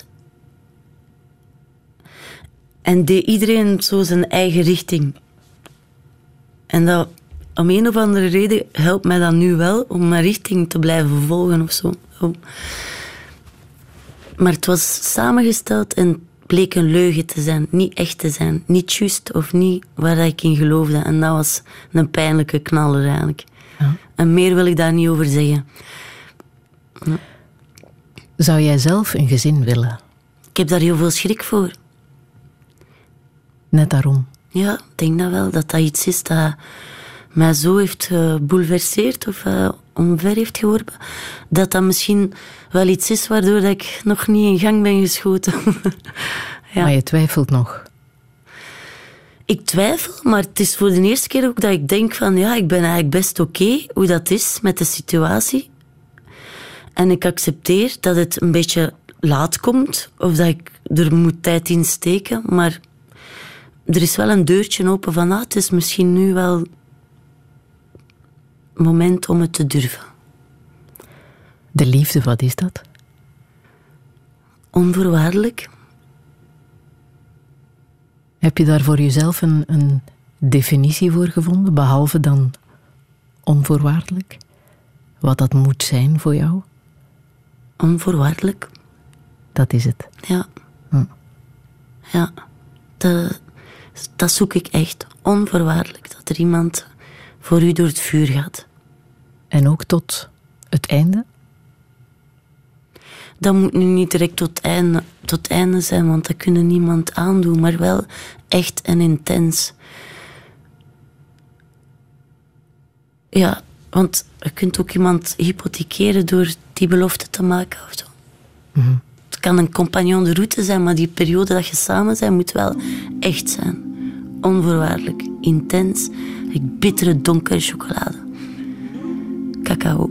En deed iedereen zo zijn eigen richting. En dat, om een of andere reden helpt mij dat nu wel om mijn richting te blijven volgen of zo. Maar het was samengesteld en bleek een leugen te zijn, niet echt te zijn, niet juist of niet waar ik in geloofde. En dat was een pijnlijke knaller eigenlijk. Ja. En meer wil ik daar niet over zeggen. Ja. Zou jij zelf een gezin willen? Ik heb daar heel veel schrik voor. Net daarom? Ja, ik denk dat wel, dat dat iets is dat mij zo heeft gebouleverseerd of uh, omver heeft geworpen, dat dat misschien wel iets is waardoor dat ik nog niet in gang ben geschoten. Ja. Maar je twijfelt nog? Ik twijfel, maar het is voor de eerste keer ook dat ik denk van ja, ik ben eigenlijk best oké okay, hoe dat is met de situatie. En ik accepteer dat het een beetje laat komt of dat ik er moet tijd in steken, maar er is wel een deurtje open van ah, het is misschien nu wel moment om het te durven. De liefde, wat is dat? Onvoorwaardelijk. Heb je daar voor jezelf een, een definitie voor gevonden, behalve dan onvoorwaardelijk? Wat dat moet zijn voor jou? Onvoorwaardelijk. Dat is het? Ja. Hm. Ja. Dat, dat zoek ik echt. Onvoorwaardelijk. Dat er iemand voor u door het vuur gaat. En ook tot het einde? Dat moet nu niet direct tot einde, tot einde zijn, want dat kunnen niemand aandoen, maar wel echt en intens. Ja, want je kunt ook iemand hypothekeren door die belofte te maken of zo. Mm-hmm. Het kan een compagnon de route zijn, maar die periode dat je samen bent moet wel echt zijn. Onvoorwaardelijk, intens, like bittere donkere chocolade. Cacao.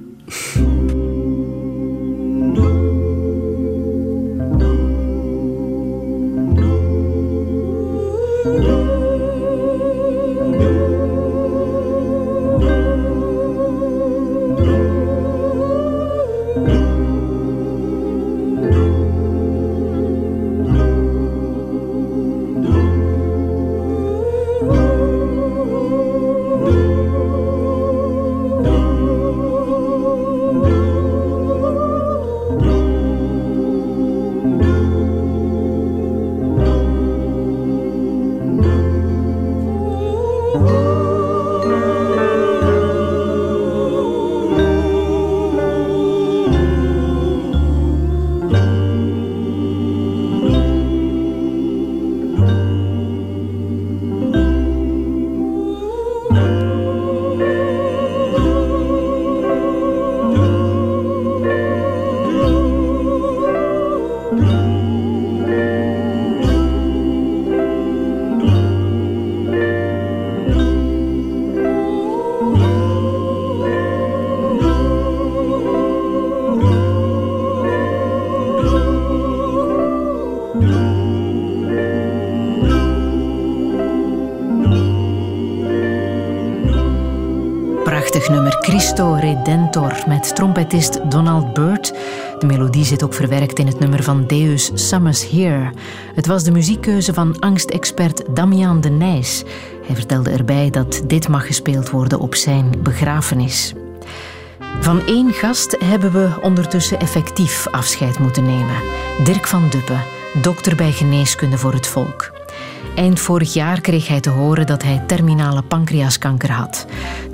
Nummer Christo Redentor met trompetist Donald Byrd. De melodie zit ook verwerkt in het nummer van Deus Summer's Here. Het was de muziekkeuze van angstexpert Damian de Nijs. Hij vertelde erbij dat dit mag gespeeld worden op zijn begrafenis. Van één gast hebben we ondertussen effectief afscheid moeten nemen. Dirk van Duppe, dokter bij geneeskunde voor het volk. Eind vorig jaar kreeg hij te horen dat hij terminale pancreaskanker had.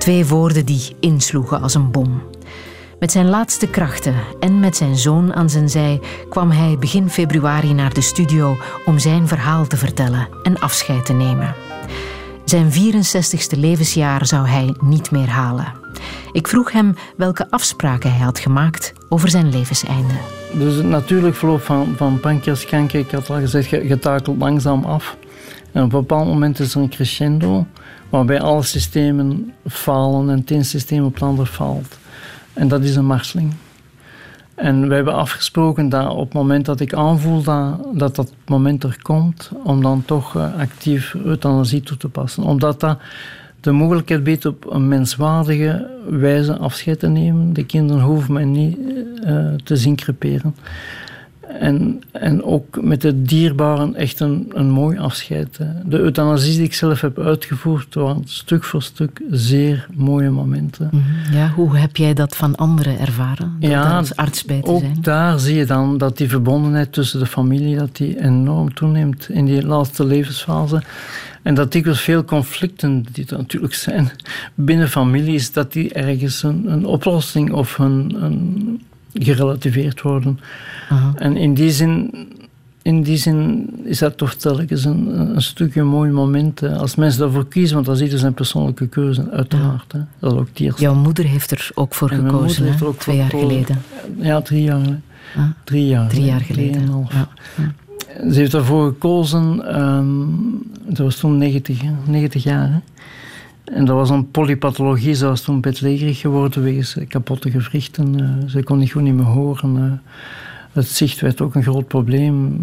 Twee woorden die insloegen als een bom. Met zijn laatste krachten en met zijn zoon aan zijn zij kwam hij begin februari naar de studio om zijn verhaal te vertellen en afscheid te nemen. Zijn vierenzestigste levensjaar zou hij niet meer halen. Ik vroeg hem welke afspraken hij had gemaakt over zijn levenseinde. Dus het natuurlijk verloop van, van pancreaskanker, ik had al gezegd, je, je takelt langzaam af. En op een bepaald moment is er een crescendo, waarbij alle systemen falen en het ene systeem op het andere faalt. En dat is een marseling. En we hebben afgesproken dat op het moment dat ik aanvoel dat dat, dat moment er komt, om dan toch uh, actief euthanasie toe te passen. Omdat dat de mogelijkheid biedt op een menswaardige wijze afscheid te nemen. De kinderen hoeven mij niet uh, te zien creperen. En, en ook met de dierbaren echt een, een mooi afscheid. De euthanasie die ik zelf heb uitgevoerd, waren stuk voor stuk zeer mooie momenten. Ja, hoe heb jij dat van anderen ervaren? Door ja, daar als arts bij te ook zijn? daar zie je dan dat die verbondenheid tussen de familie dat die enorm toeneemt in die laatste levensfase. En dat dikwijls veel conflicten, die er natuurlijk zijn binnen families, dat die ergens een, een oplossing of een, een gerelativeerd worden. Aha. En in die zin, in die zin is dat toch telkens een, een stukje mooi moment. Als mensen daarvoor kiezen, want dat is ieder zijn persoonlijke keuze, uiteraard. Ja. Hè. Dat is ook die Jouw moeder heeft er ook voor en gekozen, hè? Ook twee jaar gekozen. geleden. Ja, drie jaar. Ah. Drie jaar. Drie jaar geleden. Drie en half. Ja. Ja. Ze heeft daarvoor gekozen, um, dat was toen negentig, negentig jaar. Hè. En dat was een polypathologie, ze was toen bedlegerig geworden wegens kapotte gewrichten. Uh, ze kon niet goed niet meer horen. Uh, het zicht werd ook een groot probleem.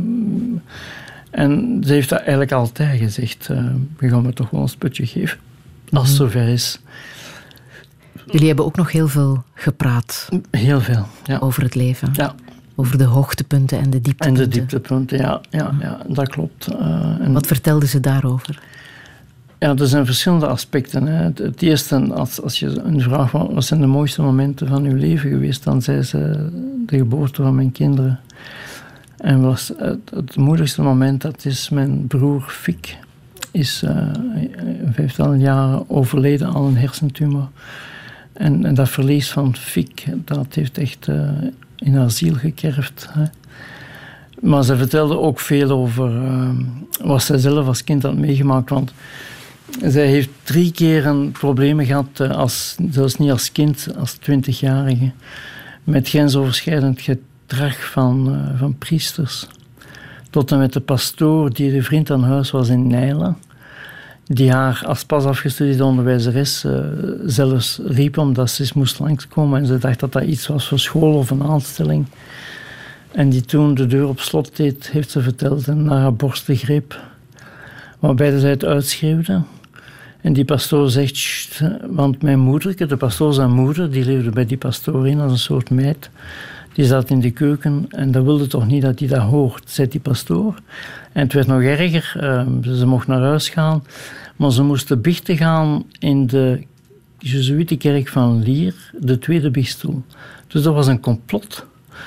En ze heeft dat eigenlijk altijd gezegd. Uh, we gaan me toch wel een sputje geven, als het zover is. Jullie hebben ook nog heel veel gepraat. Heel veel, ja. Over het leven. Ja. Over de hoogtepunten en de dieptepunten. En de dieptepunten, ja, ja, ja dat klopt. Uh, en wat vertelde ze daarover? Ja, er zijn verschillende aspecten. Hè. Het eerste, als, als je een vraag van wat zijn de mooiste momenten van uw leven geweest, dan zei ze de geboorte van mijn kinderen. En was het, het moeilijkste moment, dat is mijn broer Fik, is uh, vijftal jaren overleden aan een hersentumor. En, en dat verlies van Fik, dat heeft echt uh, in haar ziel gekerfd. Hè. Maar ze vertelde ook veel over uh, wat zij zelf als kind had meegemaakt, want zij heeft drie keer een problemen gehad, als, zelfs niet als kind, als twintigjarige, met grensoverschrijdend gedrag van, uh, van priesters. Tot en met de pastoor die de vriend aan huis was in Nijlen, die haar als pas afgestudeerde onderwijzeres uh, zelfs riep omdat ze eens moest langskomen en ze dacht dat dat iets was voor school of een aanstelling. En die toen de deur op slot deed, heeft ze verteld, en naar haar borsten greep, waarbij zij het uitschreeuwde. En die pastoor zegt, Sst, want mijn moeder, de pastoor zijn moeder, die leefde bij die pastoor in als een soort meid. Die zat in de keuken en dat wilde toch niet dat hij dat hoort, zei die pastoor. En het werd nog erger, uh, ze mocht naar huis gaan, maar ze moesten biechten gaan in de Jezuïetenkerk van Lier, de tweede biechtstoel. Dus dat was een complot.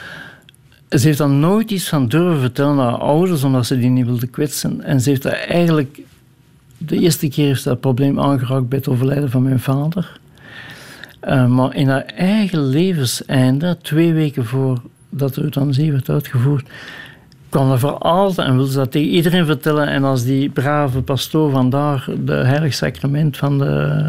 Ze heeft dan nooit iets van durven vertellen aan haar ouders, omdat ze die niet wilde kwetsen. En ze heeft dat eigenlijk... De eerste keer heeft ze dat probleem aangeraakt bij het overlijden van mijn vader. Uh, maar in haar eigen levenseinde, twee weken voordat de euthanasie werd uitgevoerd, kwam er voor altijd en wilde ze dat tegen iedereen vertellen. En als die brave pastoor vandaar de heilig sacrament van de...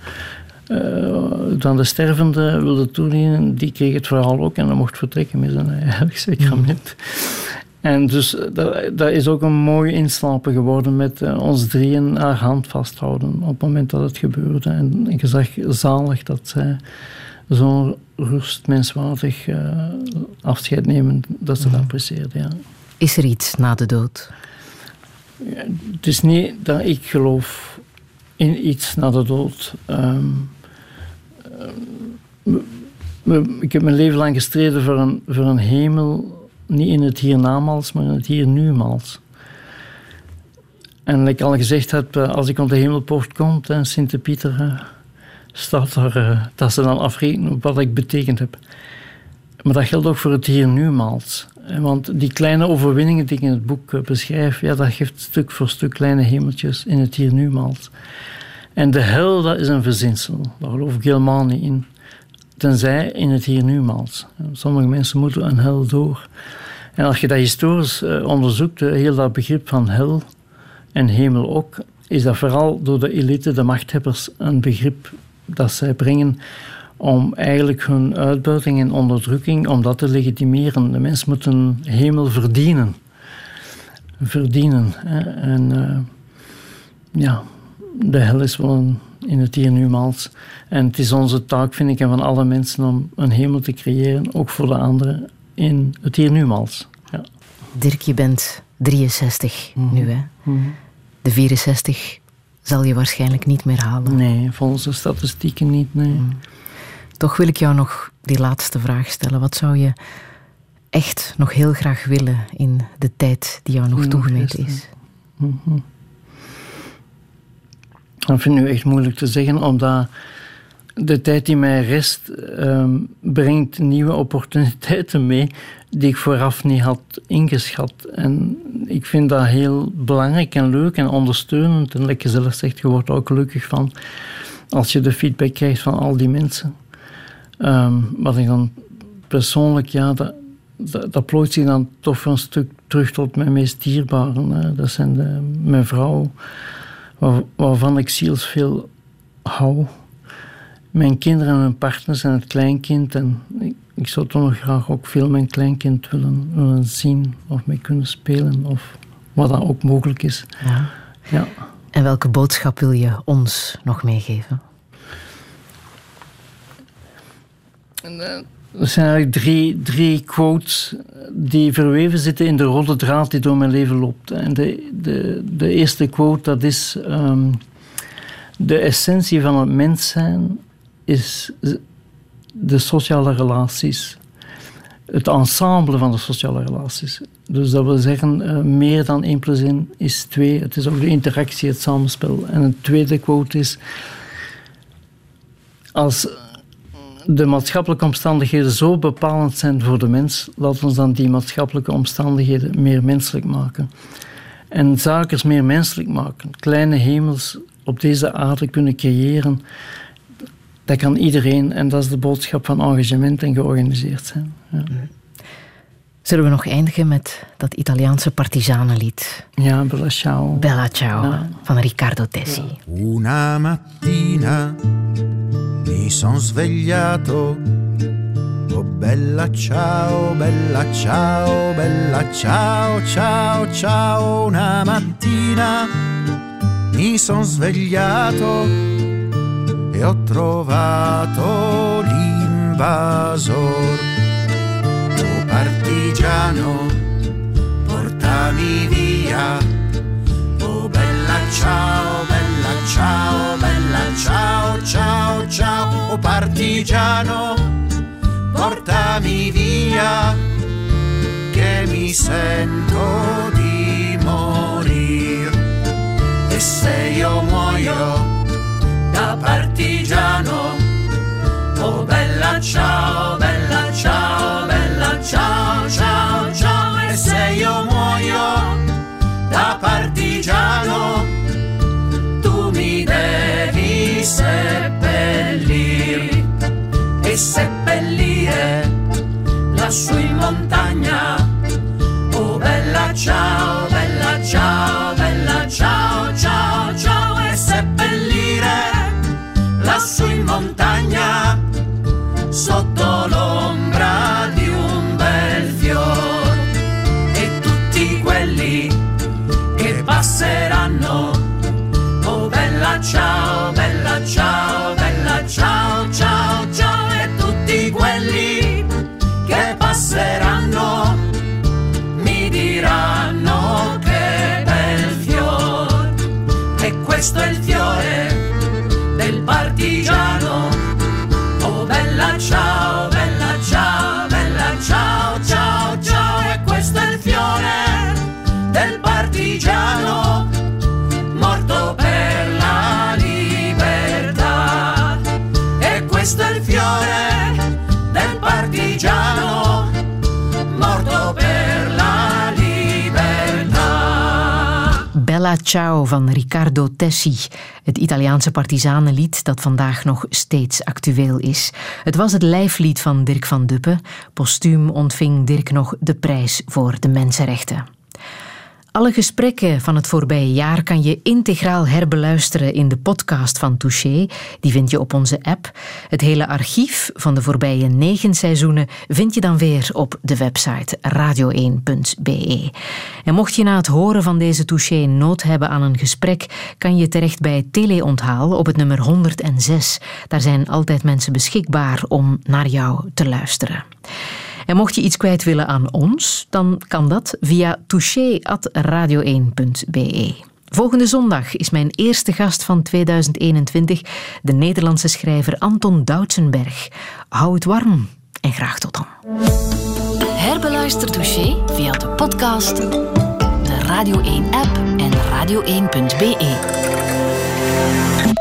Uh, dan de stervende wilde toedienen, die kreeg het verhaal ook en dan mocht vertrekken met zijn heilig sacrament. Mm. En dus dat, dat is ook een mooi inslapen geworden met uh, ons drieën haar hand vasthouden op het moment dat het gebeurde. En ik zag zalig dat zij zo'n rust, menswaardig uh, afscheid nemen, dat ze mm. dat apprecieerde. Ja. Is er iets na de dood? Ja, het is niet dat ik geloof in iets na de dood. Um, um, ik heb mijn leven lang gestreden voor een, voor een hemel, niet in het hiernamaals, maar in het hier-nu-maals. En like ik al gezegd heb, als ik op de hemelpoort kom, en Sint-Pieter uh, staat daar, uh, dat ze dan afrekenen op wat ik betekend heb. Maar dat geldt ook voor het hier-nu-maals. Want die kleine overwinningen die ik in het boek beschrijf, ja, dat geeft stuk voor stuk kleine hemeltjes in het hier-nu-maals. En de hel, dat is een verzinsel. Daar geloof ik helemaal niet in. Tenzij in het hier-nu-maals. Sommige mensen moeten een hel door. En als je dat historisch uh, onderzoekt, uh, heel dat begrip van hel en hemel ook, is dat vooral door de elite, de machthebbers, een begrip dat zij brengen om eigenlijk hun uitbuiting en onderdrukking, om dat te legitimeren. De mens moet een hemel verdienen. Verdienen. Hè. En uh, ja, de hel is wel een, in het hier-nu-maals. En het is onze taak, vind ik, en van alle mensen om een hemel te creëren, ook voor de anderen, in het hier-nu-maals. Ja. Dirk, je bent drieënzestig mm-hmm. nu, hè? Mm-hmm. De vierenzestig zal je waarschijnlijk niet meer halen. Nee, volgens de statistieken niet, nee. Mm. Toch wil ik jou nog die laatste vraag stellen. Wat zou je echt nog heel graag willen in de tijd die jou nog mm, toegemeten is? Mm-hmm. Dat vind ik nu echt moeilijk te zeggen, omdat de tijd die mij rest um, brengt nieuwe opportuniteiten mee die ik vooraf niet had ingeschat. En ik vind dat heel belangrijk en leuk en ondersteunend. En lekker zelf zegt, je wordt er ook gelukkig van als je de feedback krijgt van al die mensen. Um, wat ik dan persoonlijk, ja, dat, dat, dat plooit zich dan toch voor een stuk terug tot mijn meest dierbaren. Hè. Dat zijn de, mijn vrouw, waar, waarvan ik zielsveel hou. Mijn kinderen en mijn partners en het kleinkind. En ik, ik zou toch nog graag ook veel mijn kleinkind willen, willen zien of mee kunnen spelen. Of wat dan ook mogelijk is. Ja. Ja. En welke boodschap wil je ons nog meegeven? Er zijn eigenlijk drie, drie quotes die verweven zitten in de rode draad die door mijn leven loopt. En de, de, de eerste quote, dat is um, de essentie van het mens zijn is de sociale relaties. Het ensemble van de sociale relaties. Dus dat wil zeggen, uh, meer dan één plus één is twee. Het is ook de interactie, het samenspel. En een tweede quote is, als de maatschappelijke omstandigheden zo bepalend zijn voor de mens, laten we dan die maatschappelijke omstandigheden meer menselijk maken. En zaken meer menselijk maken. Kleine hemels op deze aarde kunnen creëren. Dat kan iedereen. En dat is de boodschap van engagement en georganiseerd zijn. Ja. Zullen we nog eindigen met dat Italiaanse partisanenlied? Ja, Bella Ciao. Bella Ciao, ja. Van Riccardo Tessi. Una mattina mi son svegliato, oh bella ciao, bella ciao, bella ciao, ciao, ciao. Una mattina mi son svegliato e ho trovato l'invasor. Oh partigiano, portami via, oh bella ciao, bella ciao, bella ciao, ciao, ciao. Oh partigiano, portami via, che mi sento di morir. E se io muoio da partigiano, oh bella ciao, bella ciao, bella ciao, ciao, ciao. E se io muoio da partigiano, tu mi devi seppellir e seppellire lassù in montagna. Oh bella ciao, bella ciao, bella ciao, ciao, ciao. E seppellire lassù in montagna sotto l'ombra di un bel fior. E tutti quelli che passeranno, oh bella ciao, bella ciao, bella ciao, ciao, ciao. E tutti quelli che passeranno mi diranno che bel fior. E questo è il fiore del partigiano. Oh bella ciao, bella ciao, bella ciao, ciao, ciao. E questo è il fiore del partigiano morto per la libertà. Bella Ciao van Riccardo Tessi, het Italiaanse partizanenlied dat vandaag nog steeds actueel is. Het was het lijflied van Dirk van Duppe. Postuum ontving Dirk nog de prijs voor de mensenrechten. Alle gesprekken van het voorbije jaar kan je integraal herbeluisteren in de podcast van Touché. Die vind je op onze app. Het hele archief van de voorbije negen seizoenen vind je dan weer op de website radio één punt b e. En mocht je na het horen van deze Touché nood hebben aan een gesprek, kan je terecht bij Teleonthaal op het nummer honderdzes. Daar zijn altijd mensen beschikbaar om naar jou te luisteren. En mocht je iets kwijt willen aan ons, dan kan dat via touché at radio één punt b e. Volgende zondag is mijn eerste gast van tweeduizend eenentwintig de Nederlandse schrijver Anton Doutsenberg. Hou het warm en graag tot dan. Herbeluister Touché via de podcast, de Radio één app en radio één punt b e.